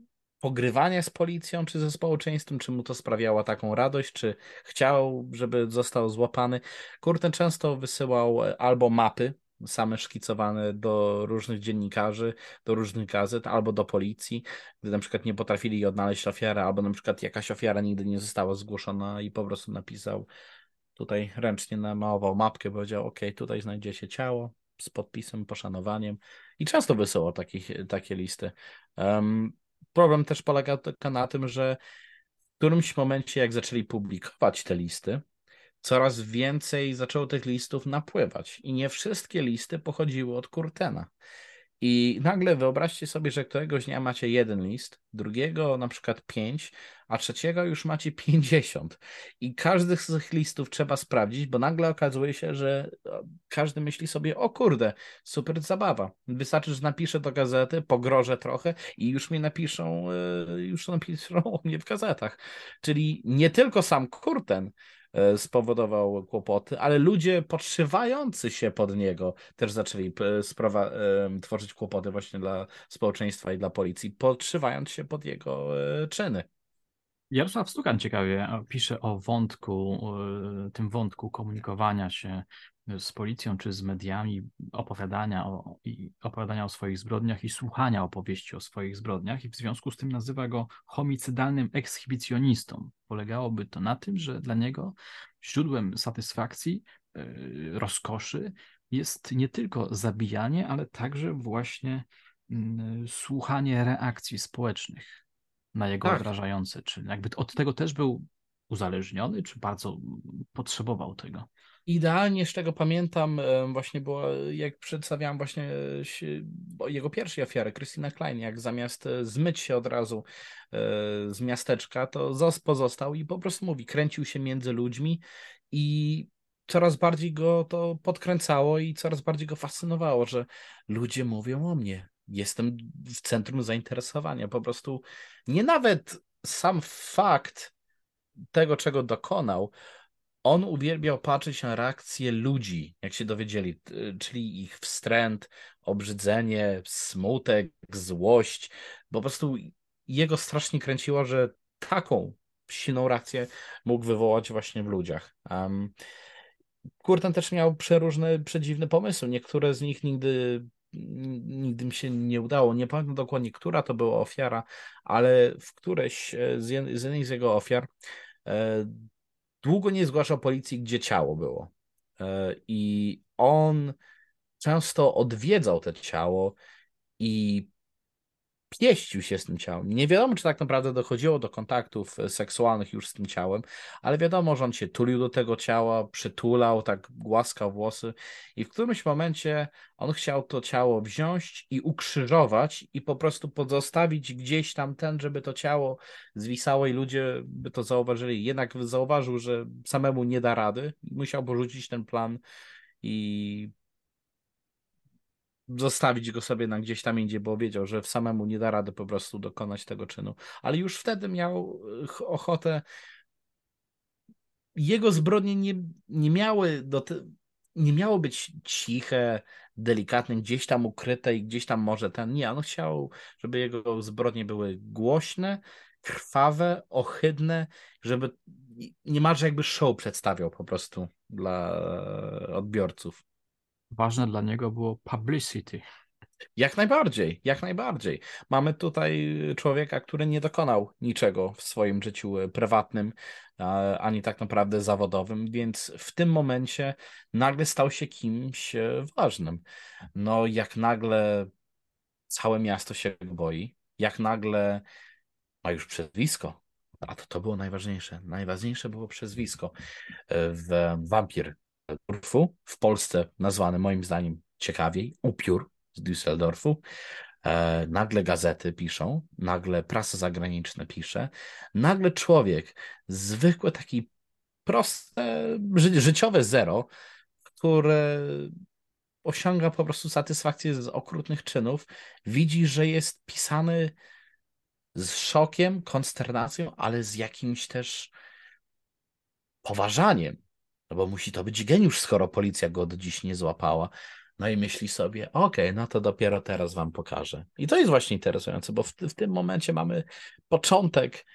pogrywania z policją czy ze społeczeństwem, czy mu to sprawiało taką radość, czy chciał, żeby został złapany. Kurten często wysyłał albo mapy same szkicowane do różnych dziennikarzy, do różnych gazet, albo do policji, gdy na przykład nie potrafili odnaleźć ofiary, albo na przykład jakaś ofiara nigdy nie została zgłoszona i po prostu napisał tutaj ręcznie, namalował mapkę, powiedział: OK, tutaj znajdziecie ciało z podpisem, poszanowaniem, i często wysyłał takich, takie listy. Um, problem też polega tylko na tym, że w którymś momencie, jak zaczęli publikować te listy, coraz więcej zaczęło tych listów napływać i nie wszystkie listy pochodziły od Curtena. I nagle wyobraźcie sobie, że któregoś dnia macie jeden list, drugiego na przykład pięć, a trzeciego już macie pięćdziesiąt. I każdy z tych listów trzeba sprawdzić, bo nagle okazuje się, że każdy myśli sobie: o kurde, super zabawa. Wystarczy, że napiszę do gazety, pogrożę trochę i już mi napiszą, już napiszą o mnie w gazetach. Czyli nie tylko sam Curten spowodował kłopoty, ale ludzie podszywający się pod niego też zaczęli sprawa- tworzyć kłopoty właśnie dla społeczeństwa i dla policji, podszywając się pod jego czyny. Jarosław Stukan ciekawie pisze o wątku, tym wątku komunikowania się z policją czy z mediami, opowiadania o, i opowiadania o swoich zbrodniach i słuchania opowieści o swoich zbrodniach, i w związku z tym nazywa go homicydalnym ekshibicjonistą. Polegałoby to na tym, że dla niego źródłem satysfakcji, rozkoszy jest nie tylko zabijanie, ale także właśnie słuchanie reakcji społecznych na jego Tak. odrażające czyny. Jakby od tego też był uzależniony, czy bardzo potrzebował tego? Idealnie, z czego pamiętam, właśnie było, jak przedstawiałem właśnie jego pierwszej ofiary, Christina Klein, jak zamiast zmyć się od razu z miasteczka, to pozostał i po prostu mówi, kręcił się między ludźmi i coraz bardziej go to podkręcało i coraz bardziej go fascynowało, że ludzie mówią o mnie. Jestem w centrum zainteresowania. Po prostu nie nawet sam fakt tego, czego dokonał, on uwielbiał patrzeć na reakcje ludzi, jak się dowiedzieli, czyli ich wstręt, obrzydzenie, smutek, złość. Po prostu jego strasznie kręciło, że taką silną reakcję mógł wywołać właśnie w ludziach. Um, Curten też miał przeróżne, przedziwne pomysły. Niektóre z nich nigdy, nigdy mi się nie udało. Nie pamiętam dokładnie, która to była ofiara, ale w któreś z, jed, z jednej z jego ofiar e, długo nie zgłaszał policji, gdzie ciało było. E, I on często odwiedzał to ciało i pieścił się z tym ciałem. Nie wiadomo, czy tak naprawdę dochodziło do kontaktów seksualnych już z tym ciałem, ale wiadomo, że on się tulił do tego ciała, przytulał, tak głaskał włosy i w którymś momencie on chciał to ciało wziąć i ukrzyżować i po prostu pozostawić gdzieś tam ten, żeby to ciało zwisało i ludzie by to zauważyli. Jednak zauważył, że samemu nie da rady i musiał porzucić ten plan i zostawić go sobie na gdzieś tam indziej, bo wiedział, że w samemu nie da rady po prostu dokonać tego czynu. Ale już wtedy miał ochotę. Jego zbrodnie nie, nie miały do te, nie miało być ciche, delikatne, gdzieś tam ukryte i gdzieś tam może ten. Nie, on chciał, żeby jego zbrodnie były głośne, krwawe, ohydne, żeby niemalże jakby show przedstawiał po prostu dla odbiorców. Ważne dla niego było publicity. Jak najbardziej, jak najbardziej. Mamy tutaj człowieka, który nie dokonał niczego w swoim życiu prywatnym, ani tak naprawdę zawodowym, więc w tym momencie nagle stał się kimś ważnym. No, jak nagle całe miasto się go boi, jak nagle ma już przezwisko, a to, to było najważniejsze. Najważniejsze było przezwisko. W Wampir Urfu, w Polsce nazwany moim zdaniem ciekawiej, Upiór z Düsseldorfu. E, nagle gazety piszą, nagle prasa zagraniczna pisze, nagle człowiek, zwykłe taki proste, ży życiowe zero, które osiąga po prostu satysfakcję z okrutnych czynów, widzi, że jest pisany z szokiem, konsternacją, ale z jakimś też poważaniem. No bo musi to być geniusz, skoro policja go do dziś nie złapała. No i myśli sobie, okej, no to dopiero teraz wam pokażę. I to jest właśnie interesujące, bo w, w tym momencie mamy początek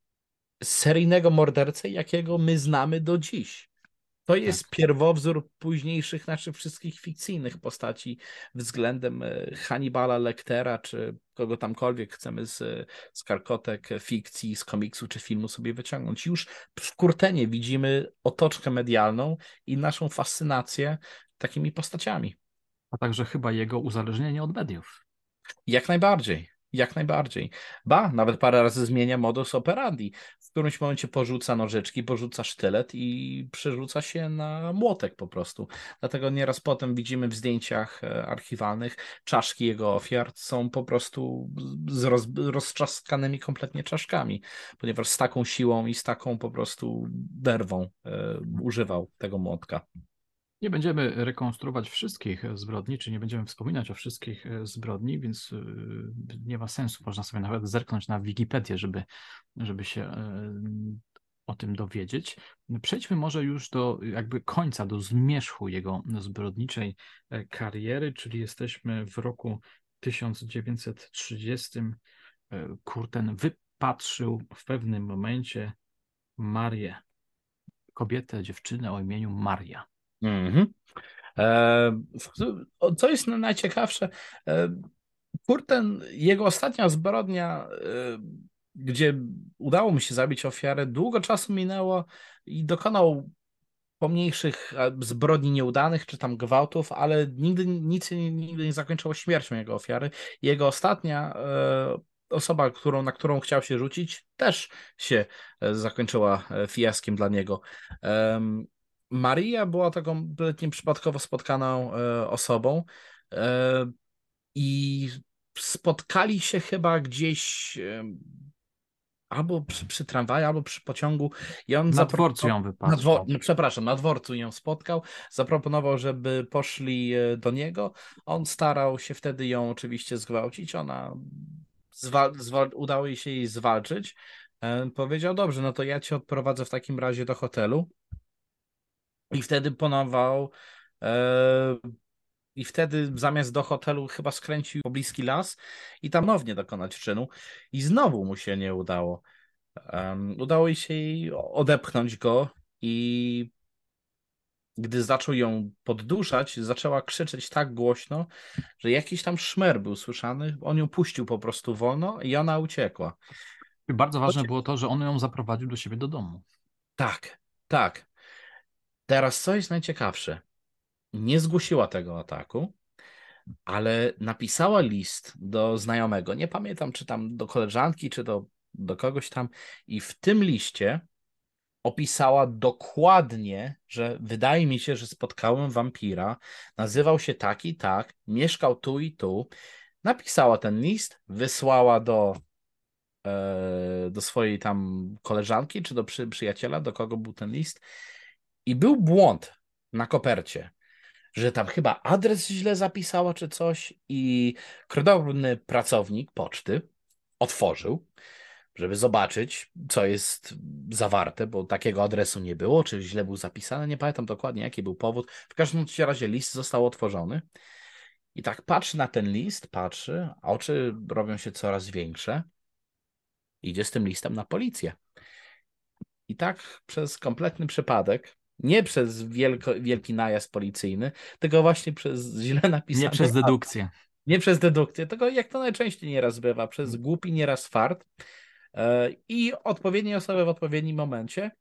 seryjnego mordercy, jakiego my znamy do dziś. To jest Tak. pierwowzór późniejszych naszych wszystkich fikcyjnych postaci względem e, Hannibala Lectera, czy kogo tamkolwiek chcemy z, z karkotek fikcji, z komiksu czy filmu sobie wyciągnąć. Już w Kurtenie widzimy otoczkę medialną i naszą fascynację takimi postaciami. A także chyba jego uzależnienie od mediów. Jak najbardziej, jak najbardziej. Ba, nawet parę razy zmienia modus operandi. W którymś momencie porzuca nożyczki, porzuca sztylet i przerzuca się na młotek po prostu. Dlatego nieraz potem widzimy w zdjęciach e, archiwalnych czaszki jego ofiar są po prostu z roz, roztrzaskanymi kompletnie czaszkami, ponieważ z taką siłą i z taką po prostu derwą e, używał tego młotka. Nie będziemy rekonstruować wszystkich zbrodni, czy nie będziemy wspominać o wszystkich e, zbrodni, więc e, nie ma sensu. Można sobie nawet zerknąć na Wikipedię, żeby, żeby się e, o tym dowiedzieć. Przejdźmy może już do jakby końca, do zmierzchu jego zbrodniczej e, kariery, czyli jesteśmy w roku tysiąc dziewięćset trzydziestym. E, Kurten wypatrzył w pewnym momencie Marię, kobietę, dziewczynę o imieniu Maria. Mhm. E, co jest najciekawsze, e, Kurten, jego ostatnia zbrodnia, e, gdzie udało mu się zabić ofiarę, długo czasu minęło i dokonał pomniejszych e, zbrodni nieudanych, czy tam gwałtów, ale nigdy nic nigdy nie zakończyło śmiercią jego ofiary. Jego ostatnia e, osoba, którą, na którą chciał się rzucić, też się e, zakończyła e, fiaskiem dla niego. Em, Maria była taką kompletnie przypadkowo spotkaną e, osobą e, i spotkali się chyba gdzieś e, albo przy, przy tramwaju, albo przy pociągu i on Na dworcu zaproponował, ją na dwor, wypatrzał. no, przepraszam, na dworcu ją spotkał, zaproponował, żeby poszli e, do niego. On starał się wtedy ją oczywiście zgwałcić, ona zwal, zwal, udało jej się jej zwalczyć. E, Powiedział, dobrze, no to ja cię odprowadzę w takim razie do hotelu i wtedy ponował e, i wtedy zamiast do hotelu chyba skręcił w pobliski las i tam ponownie dokonać czynu i znowu mu się nie udało. Um, udało jej się jej odepchnąć go i gdy zaczął ją podduszać, zaczęła krzyczeć tak głośno, że jakiś tam szmer był słyszany. On ją puścił po prostu wolno i ona uciekła. I bardzo ważne Ucie- było to, że on ją zaprowadził do siebie do domu. Tak, tak. Teraz co jest najciekawsze? Nie zgłosiła tego ataku, ale napisała list do znajomego. Nie pamiętam, czy tam do koleżanki, czy do, do kogoś tam. I w tym liście opisała dokładnie, że wydaje mi się, że spotkałem wampira, nazywał się tak i tak, mieszkał tu i tu. Napisała ten list, wysłała do, e, do swojej tam koleżanki, czy do przy, przyjaciela, do kogo był ten list. I był błąd na kopercie, że tam chyba adres źle zapisała, czy coś, i krudowny pracownik poczty otworzył, żeby zobaczyć, co jest zawarte, bo takiego adresu nie było, czy źle był zapisany, nie pamiętam dokładnie, jaki był powód. W każdym razie list został otworzony i tak patrzy na ten list, patrzy, a oczy robią się coraz większe, idzie z tym listem na policję. I tak przez kompletny przypadek, nie przez wielko, wielki najazd policyjny, tylko właśnie przez źle Nie napisany, przez dedukcję. nie przez dedukcję, tylko jak to najczęściej nieraz bywa, przez głupi nieraz fart, e, i odpowiedniej osoby w odpowiednim momencie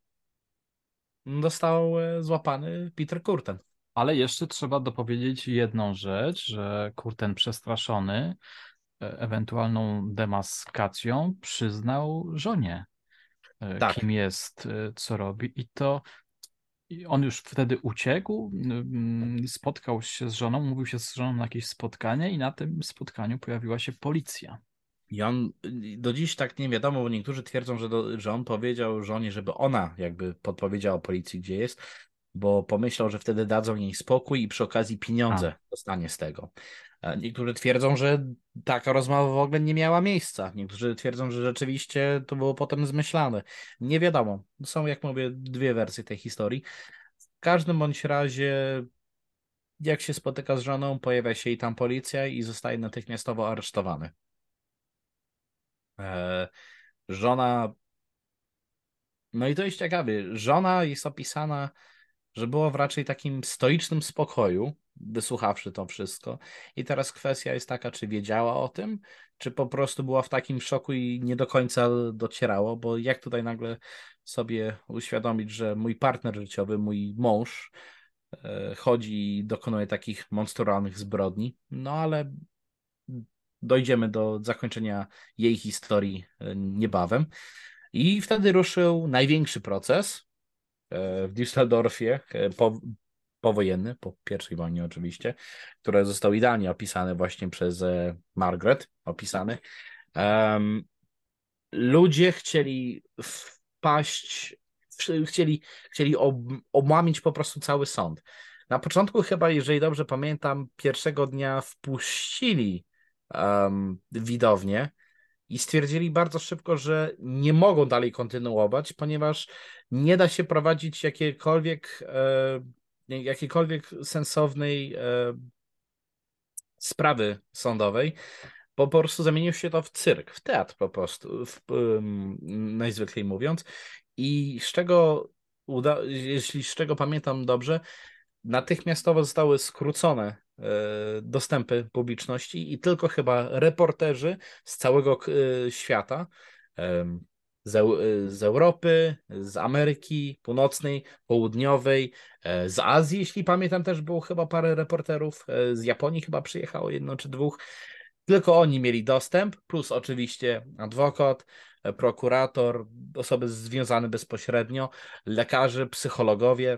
został e, złapany Peter Kurten. Ale jeszcze trzeba dopowiedzieć jedną rzecz, że Kurten przestraszony e, ewentualną demaskacją przyznał żonie, e, Tak. kim jest, e, co robi i to i on już wtedy uciekł, mm, spotkał się z żoną, mówił się z żoną na jakieś spotkanie i na tym spotkaniu pojawiła się policja. I on y, do dziś tak nie wiadomo, bo niektórzy twierdzą, że, do, że on powiedział żonie, żeby ona jakby podpowiedziała policji, gdzie jest, bo pomyślał, że wtedy dadzą jej spokój i przy okazji A, pieniądze dostanie z tego. A niektórzy twierdzą, że taka rozmowa w ogóle nie miała miejsca. Niektórzy twierdzą, że rzeczywiście to było potem zmyślane. Nie wiadomo. Są, jak mówię, dwie wersje tej historii. W każdym bądź razie Jak się spotyka z żoną, pojawia się i tam policja i zostaje natychmiastowo aresztowany. E, żona, no i to jest ciekawe, żona jest opisana, że była w raczej takim stoicznym spokoju, wysłuchawszy to wszystko. I teraz kwestia jest taka, czy wiedziała o tym, czy po prostu była w takim szoku i nie do końca docierało, bo jak tutaj nagle sobie uświadomić, że mój partner życiowy, mój mąż e, chodzi i dokonuje takich monstrualnych zbrodni, no ale dojdziemy do zakończenia jej historii e, niebawem. I wtedy ruszył największy proces e, w Düsseldorfie, e, po, powojenny, po pierwszej wojnie oczywiście, który został idealnie opisany właśnie przez e, Margaret, opisany. Um, ludzie chcieli wpaść, w- chcieli, chcieli ob, omamić po prostu cały sąd. Na początku chyba, jeżeli dobrze pamiętam, pierwszego dnia wpuścili um, widownię i stwierdzili bardzo szybko, że nie mogą dalej kontynuować, ponieważ nie da się prowadzić jakiejkolwiek, e, jakiejkolwiek sensownej e, sprawy sądowej, bo po prostu zamienił się to w cyrk, w teatr po prostu, w, um, najzwyklej mówiąc. I z czego, uda, jeśli z czego pamiętam dobrze, natychmiastowo zostały skrócone e, dostępy publiczności i tylko chyba reporterzy z całego e, świata, em, z, Eu- e, z Europy, z Ameryki Północnej, Południowej, e, z Azji, jeśli pamiętam, też było chyba parę reporterów, e, z Japonii chyba przyjechało jedno czy dwóch. Tylko oni mieli dostęp, plus oczywiście adwokat, e, prokurator, osoby związane bezpośrednio, lekarze, psychologowie.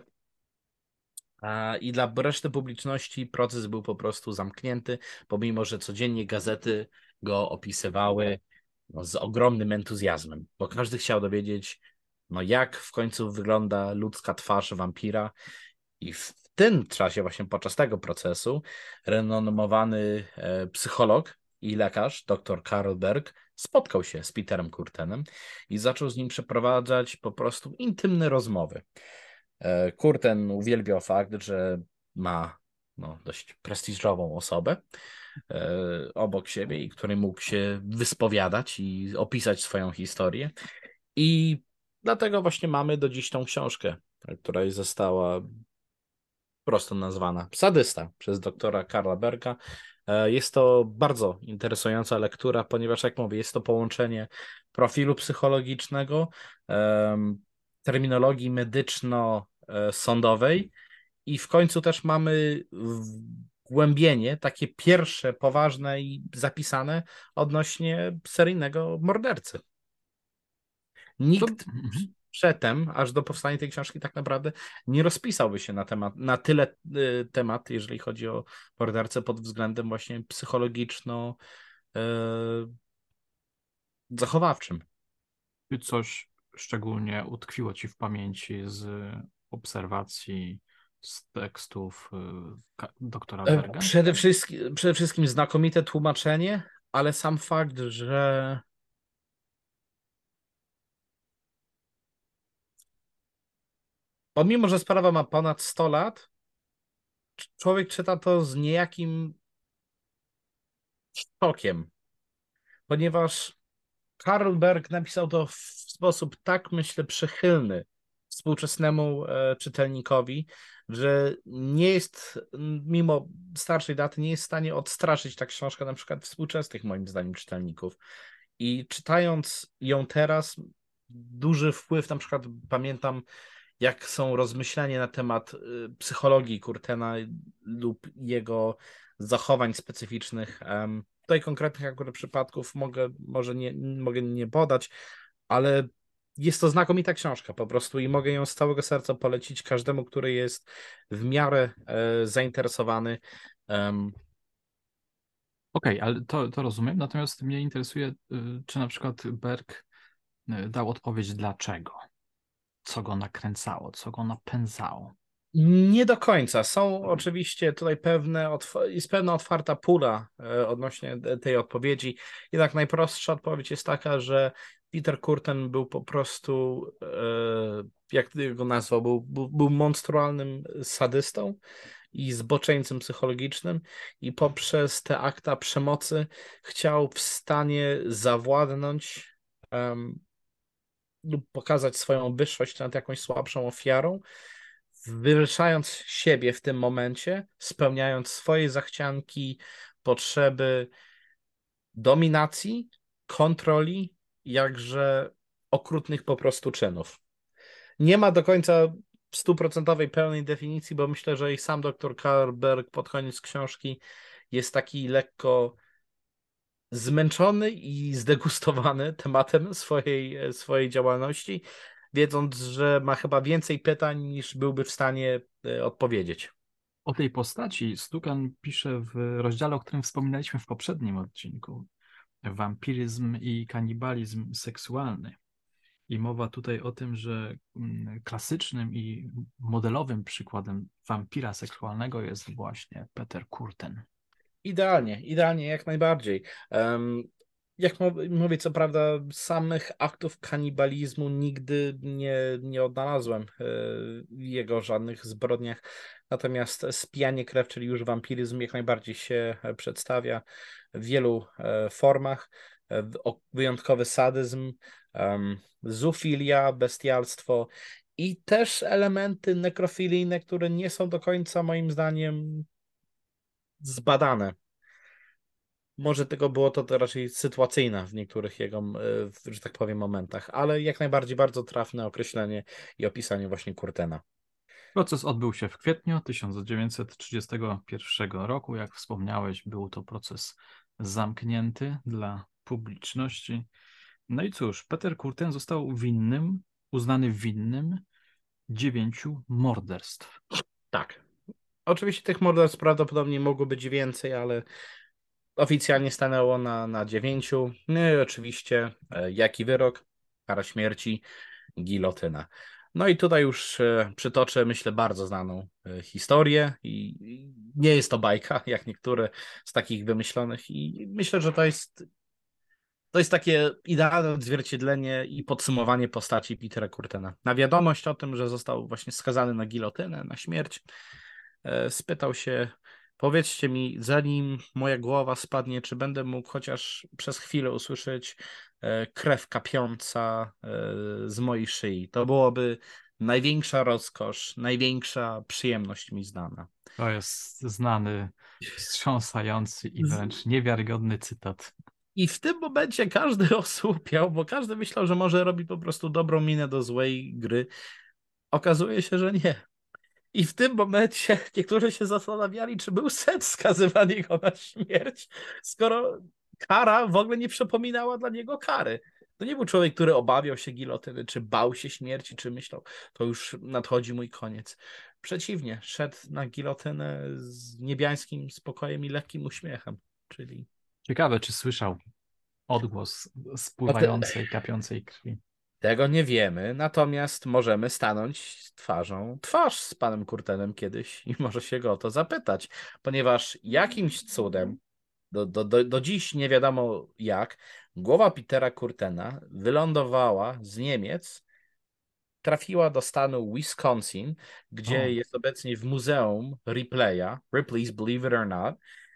A, I dla reszty publiczności proces był po prostu zamknięty, pomimo że codziennie gazety go opisywały no, z ogromnym entuzjazmem, bo każdy chciał dowiedzieć, no, jak w końcu wygląda ludzka twarz wampira. I w tym czasie, właśnie podczas tego procesu, renomowany e, psycholog i lekarz, dr Karl Berg, spotkał się z Peterem Kurtenem i zaczął z nim przeprowadzać po prostu intymne rozmowy. E, Kurten uwielbiał fakt, że ma no, dość prestiżową osobę e, obok siebie i który mógł się wyspowiadać i opisać swoją historię. I dlatego właśnie mamy do dziś tą książkę, która została prosto nazwana Sadysta przez doktora Karla Berga. E, Jest to bardzo interesująca lektura, ponieważ, jak mówię, jest to połączenie profilu psychologicznego, em, terminologii medyczno-sądowej i w końcu też mamy wgłębienie, takie pierwsze, poważne i zapisane odnośnie seryjnego mordercy. To, Nikt mhm. przedtem, aż do powstania tej książki, tak naprawdę nie rozpisałby się na temat, na tyle y, temat, jeżeli chodzi o mordercę pod względem właśnie psychologiczno-zachowawczym. Czy coś szczególnie utkwiło ci w pamięci z obserwacji, z tekstów y, ka- doktora Berga? Przede wszystkim, przede wszystkim znakomite tłumaczenie, ale sam fakt, że pomimo, że sprawa ma ponad sto lat, człowiek czyta to z niejakim szokiem, ponieważ Karl Berg napisał to w sposób tak, myślę, przychylny współczesnemu e, czytelnikowi, że nie jest, mimo starszej daty, nie jest w stanie odstraszyć ta książka na przykład współczesnych, moim zdaniem, czytelników. I czytając ją teraz, duży wpływ, na przykład pamiętam, jak są rozmyślania na temat y, psychologii Kurtena lub jego zachowań specyficznych. Em, Tutaj konkretnych akurat przypadków mogę, może nie, mogę nie podać, ale jest to znakomita książka po prostu i mogę ją z całego serca polecić każdemu, który jest w miarę e, zainteresowany. Em, Okej, ale to, to rozumiem. Natomiast mnie interesuje, y, czy na przykład Berg y, dał odpowiedź dlaczego, co go nakręcało, co go napędzało. Nie do końca. Są oczywiście tutaj pewne, otw- jest pewna otwarta pula e, odnośnie tej odpowiedzi. Jednak najprostsza odpowiedź jest taka, że Peter Kurten był po prostu, e, jak ty go nazwał, był, był, był monstrualnym sadystą i zboczeńcem psychologicznym i poprzez te akta przemocy chciał w stanie zawładnąć um, lub pokazać swoją wyższość nad jakąś słabszą ofiarą, wywyższając siebie w tym momencie, spełniając swoje zachcianki, potrzeby dominacji, kontroli, jakże okrutnych po prostu czynów. Nie ma do końca stuprocentowej pełnej definicji, bo myślę, że i sam doktor Karlberg pod koniec książki jest taki lekko zmęczony i zdegustowany tematem swojej, swojej działalności, wiedząc, że ma chyba więcej pytań niż byłby w stanie odpowiedzieć. O tej postaci Stukan pisze w rozdziale, o którym wspominaliśmy w poprzednim odcinku. Wampiryzm i kanibalizm seksualny. I mowa tutaj o tym, że klasycznym i modelowym przykładem wampira seksualnego jest właśnie Peter Kürten. Idealnie, idealnie, jak najbardziej. Um, jak mówię, co prawda, samych aktów kanibalizmu nigdy nie, nie odnalazłem w jego żadnych zbrodniach, natomiast spijanie krew, czyli już wampiryzm, jak najbardziej się przedstawia w wielu formach. Wyjątkowy sadyzm, um, zoofilia, bestialstwo i też elementy nekrofilijne, które nie są do końca moim zdaniem zbadane. Może tego było to, to raczej sytuacyjne w niektórych jego, że tak powiem, momentach, ale jak najbardziej bardzo trafne określenie i opisanie właśnie Kürtena. Proces odbył się w kwietniu tysiąc dziewięćset trzydziestego pierwszego roku. Jak wspomniałeś, był to proces zamknięty dla publiczności. No i cóż, Peter Kürten został winnym, uznany winnym dziewięciu morderstw. Tak. Oczywiście tych morderstw prawdopodobnie mogło być więcej, ale oficjalnie stanęło na, na dziewięciu. No i oczywiście jaki wyrok? Kara śmierci, gilotyna. No i tutaj już przytoczę, myślę, bardzo znaną historię i nie jest to bajka, jak niektóre z takich wymyślonych i myślę, że to jest to jest takie idealne odzwierciedlenie i podsumowanie postaci Petera Kürtena. Na wiadomość o tym, że został właśnie skazany na gilotynę, na śmierć, spytał się: powiedzcie mi, zanim moja głowa spadnie, czy będę mógł chociaż przez chwilę usłyszeć krew kapiąca z mojej szyi. To byłoby największa rozkosz, największa przyjemność mi znana. To jest znany, wstrząsający i wręcz niewiarygodny cytat. I w tym momencie każdy osłupiał, bo każdy myślał, że może robi po prostu dobrą minę do złej gry. Okazuje się, że nie. I w tym momencie niektórzy się zastanawiali, czy był sens skazywania go na śmierć, skoro kara w ogóle nie przypominała dla niego kary. To nie był człowiek, który obawiał się gilotyny, czy bał się śmierci, czy myślał, to już nadchodzi mój koniec. Przeciwnie, szedł na gilotynę z niebiańskim spokojem i lekkim uśmiechem, czyli... Ciekawe, czy słyszał odgłos spływającej, kapiącej krwi. Tego nie wiemy, natomiast możemy stanąć twarzą twarz z panem Kürtenem kiedyś i może się go o to zapytać, ponieważ jakimś cudem, do, do, do, do dziś nie wiadomo jak, głowa Petera Kürtena wylądowała z Niemiec, trafiła do stanu Wisconsin, gdzie O. jest obecnie w Muzeum Ripley'a, Ripley's Believe It or Not,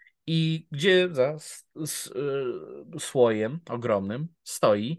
i gdzie za s, y, słojem ogromnym stoi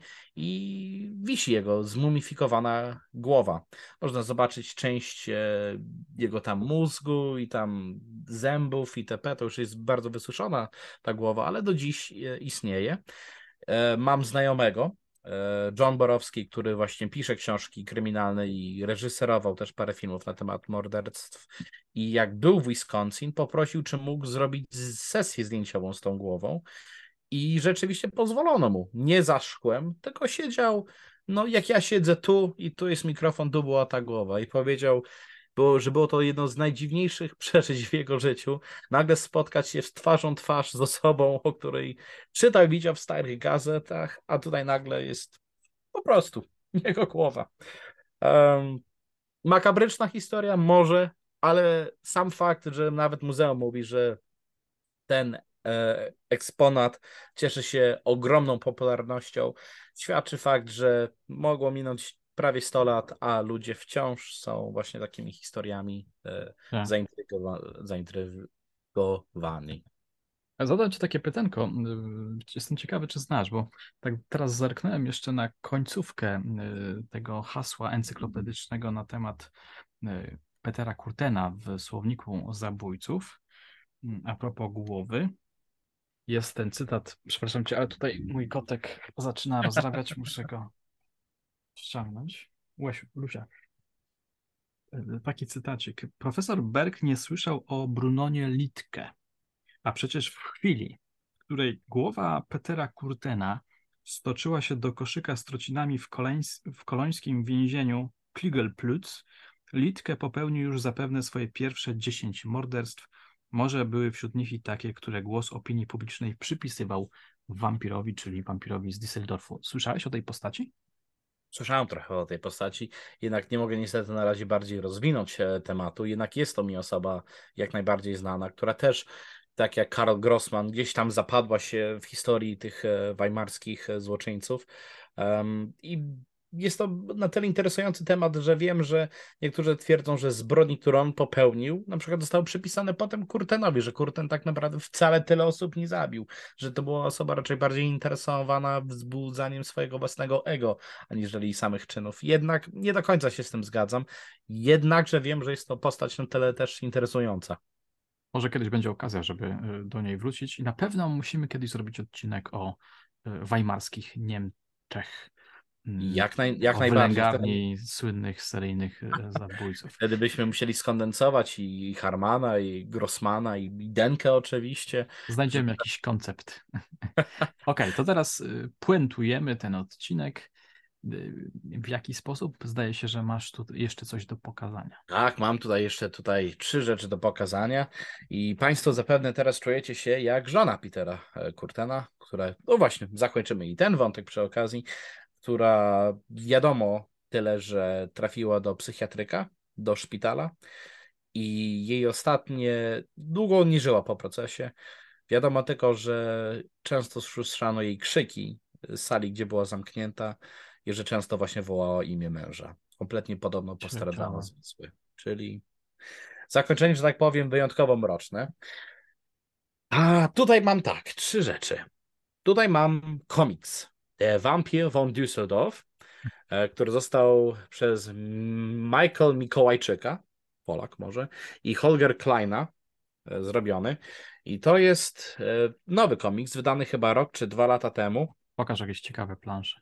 i wisi jego zmumifikowana głowa. Można zobaczyć część e, jego tam mózgu i tam zębów itp. To już jest bardzo wysuszona ta głowa, ale do dziś e, istnieje. E, mam znajomego, John Borowski, który właśnie pisze książki kryminalne i reżyserował też parę filmów na temat morderstw. I jak był w Wisconsin, poprosił, czy mógł zrobić sesję zdjęciową z tą głową. I rzeczywiście pozwolono mu. Nie za szkłem, tylko siedział, no jak ja siedzę tu i tu jest mikrofon, tu była ta głowa. I powiedział, było, że było to jedno z najdziwniejszych przeżyć w jego życiu. Nagle spotkać się z twarzą twarz z osobą, o której czytał, widział w starych gazetach, a tutaj nagle jest po prostu jego głowa. Um, makabryczna historia może, ale sam fakt, że nawet muzeum mówi, że ten e, eksponat cieszy się ogromną popularnością, świadczy fakt, że mogło minąć prawie sto lat, a ludzie wciąż są właśnie takimi historiami e, Tak. zaintrygowa- zaintrygowani. Zadam ci takie pytanko. y, Jestem ciekawy, czy znasz, bo tak teraz zerknąłem jeszcze na końcówkę y, tego hasła encyklopedycznego na temat y, Petera Kurtena w słowniku zabójców. Mm, A propos głowy, jest ten cytat. Przepraszam cię, ale tutaj mój kotek zaczyna rozrabiać, muszę go ściągnąć. Łesiu, Lucia. Y, Taki cytacik. Profesor Berg nie słyszał o Brunonie Litke. A przecież w chwili, w której głowa Petera Kurtena stoczyła się do koszyka z trocinami w, koleńs w kolońskim więzieniu Kligelplatz, Litke popełnił już zapewne swoje pierwsze dziesięć morderstw. Może były wśród nich i takie, które głos opinii publicznej przypisywał wampirowi, czyli wampirowi z Düsseldorfu. Słyszałeś o tej postaci? Słyszałem trochę o tej postaci, jednak nie mogę niestety na razie bardziej rozwinąć e, tematu. Jednak jest to mi osoba jak najbardziej znana, która też, tak jak Karl Grossman, gdzieś tam zapadła się w historii tych e, weimarskich e, złoczyńców. Um, I jest to na tyle interesujący temat, że wiem, że niektórzy twierdzą, że zbrodni, które on popełnił, na przykład zostały przypisane potem Kurtenowi, że Kurten tak naprawdę wcale tyle osób nie zabił, że to była osoba raczej bardziej interesowana wzbudzaniem swojego własnego ego, aniżeli samych czynów. Jednak nie do końca się z tym zgadzam. Jednakże wiem, że jest to postać na tyle też interesująca. Może kiedyś będzie okazja, żeby y, do niej wrócić i na pewno musimy kiedyś zrobić odcinek o y, weimarskich Niemczech. Mm, Jak, naj, jak O najbardziej. Wtedy, wylęgarni słynnych seryjnych e, zabójców. wtedy byśmy musieli skondensować i Harmana, i Grossmana, i, i Denkę oczywiście. Znajdziemy Żeby... jakiś koncept. Okej, to teraz y, puentujemy ten odcinek. Y, W jaki sposób? Zdaje się, że masz tu jeszcze coś do pokazania. Tak, mam tutaj jeszcze tutaj trzy rzeczy do pokazania i Państwo zapewne teraz czujecie się jak żona Petera e, Kurtena, która, no właśnie, zakończymy i ten wątek przy okazji, która wiadomo tyle, że trafiła do psychiatryka, do szpitala i jej ostatnie, długo nie żyła po procesie. Wiadomo tylko, że często słyszano jej krzyki z sali, gdzie była zamknięta i że często właśnie wołała imię męża. Kompletnie podobno postradzała Ciekawe. zmysły. Czyli zakończenie, że tak powiem, wyjątkowo mroczne. A tutaj mam tak, trzy rzeczy. Tutaj mam komiks Der Vampir von Düsseldorf, e, który został przez Michael Mikołajczyka, Polak może, i Holger Kleina e, zrobiony. I to jest e, nowy komiks, wydany chyba rok czy dwa lata temu. Pokaż jakieś ciekawe plansze.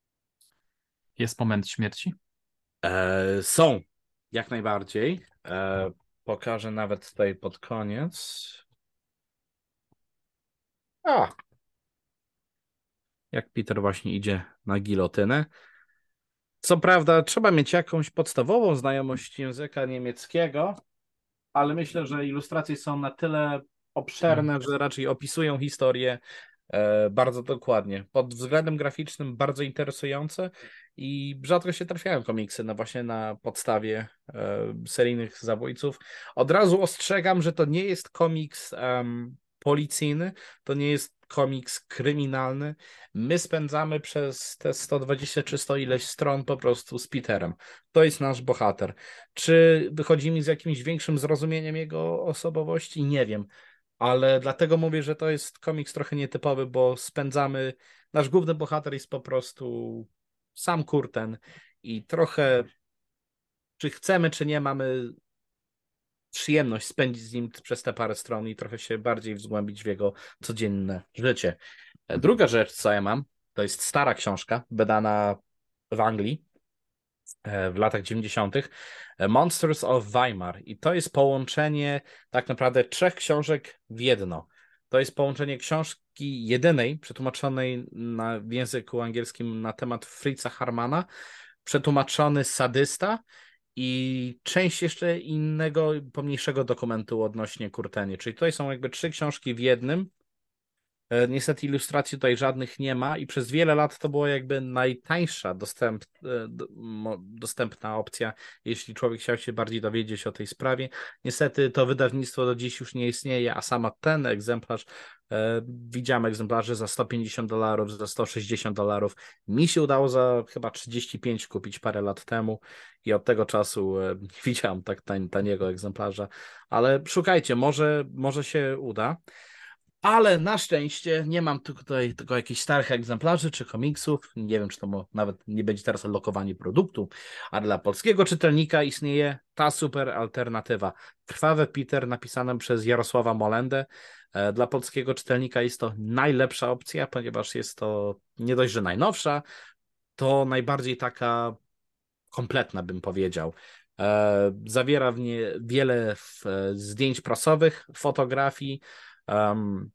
Jest moment śmierci? E, są, jak najbardziej. E, pokażę nawet tutaj pod koniec. A, jak Peter właśnie idzie na gilotynę. Co prawda, trzeba mieć jakąś podstawową znajomość języka niemieckiego, ale myślę, że ilustracje są na tyle obszerne, że raczej opisują historię e, bardzo dokładnie. Pod względem graficznym bardzo interesujące i rzadko się trafiają komiksy na właśnie na podstawie e, seryjnych zabójców. Od razu ostrzegam, że to nie jest komiks em, policyjny, to nie jest komiks kryminalny. My spędzamy przez te sto dwadzieścia czy sto ileś stron po prostu z Peterem. To jest nasz bohater. Czy wychodzi mi z jakimś większym zrozumieniem jego osobowości? Nie wiem, ale dlatego mówię, że to jest komiks trochę nietypowy, bo spędzamy, nasz główny bohater jest po prostu sam Kurten i trochę, czy chcemy, czy nie, mamy przyjemność spędzić z nim przez te parę stron i trochę się bardziej wzgłębić w jego codzienne życie. Druga rzecz, co ja mam, to jest stara książka, wydana w Anglii w latach dziewięćdziesiątych. Monsters of Weimar. I to jest połączenie tak naprawdę trzech książek w jedno. To jest połączenie książki jedynej, przetłumaczonej na, w języku angielskim na temat Fritza Harmana, przetłumaczony sadysta i część jeszcze innego, pomniejszego dokumentu odnośnie Kurtenie. Czyli tutaj są jakby trzy książki w jednym. Niestety ilustracji tutaj żadnych nie ma i przez wiele lat to była jakby najtańsza dostęp, dostępna opcja, jeśli człowiek chciał się bardziej dowiedzieć o tej sprawie. Niestety to wydawnictwo do dziś już nie istnieje, a sama ten egzemplarz, e, widziałem egzemplarze za sto pięćdziesiąt dolarów, za sto sześćdziesiąt dolarów. Mi się udało za chyba trzydzieści pięć kupić parę lat temu i od tego czasu e, nie widziałem tak tań, taniego egzemplarza, ale szukajcie, może, może się uda. Ale na szczęście nie mam tutaj tylko jakichś starych egzemplarzy czy komiksów. Nie wiem, czy to mo- nawet nie będzie teraz lokowanie produktu, a dla polskiego czytelnika istnieje ta super alternatywa. Krwawy Peter napisane przez Jarosława Molendę. E, Dla polskiego czytelnika jest to najlepsza opcja, ponieważ jest to nie dość, że najnowsza, to najbardziej taka kompletna, bym powiedział. E, Zawiera w nie wiele f- zdjęć prasowych, fotografii, em,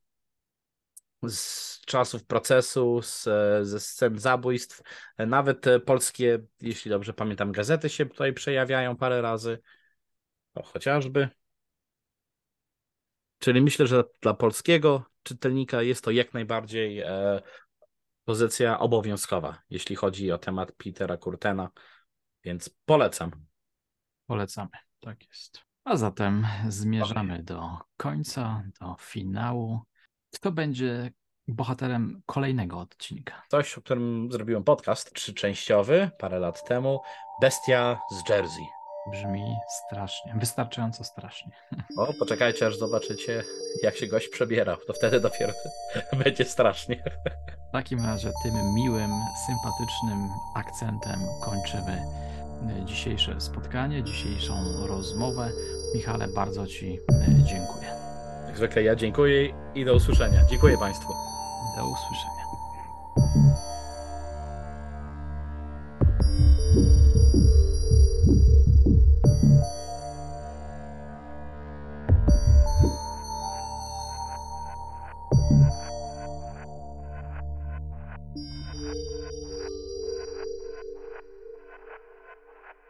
z czasów procesu, z, ze scen zabójstw. Nawet te polskie, jeśli dobrze pamiętam, gazety się tutaj przejawiają parę razy. O, chociażby. Czyli myślę, że dla polskiego czytelnika jest to jak najbardziej e, pozycja obowiązkowa, jeśli chodzi o temat Petera Kurtena, więc polecam. Polecamy, tak jest. A zatem zmierzamy do końca, do finału. Kto będzie bohaterem kolejnego odcinka? Coś, o którym zrobiłem podcast trzyczęściowy parę lat temu. Bestia z Jersey. Brzmi strasznie, wystarczająco strasznie. O, poczekajcie, aż zobaczycie, jak się gość przebierał. To wtedy dopiero będzie strasznie. W takim razie tym miłym, sympatycznym akcentem kończymy dzisiejsze spotkanie, dzisiejszą rozmowę. Michale, bardzo Ci dziękuję. Jak zwykle ja dziękuję i do usłyszenia. Dziękuję Państwu. Do usłyszenia.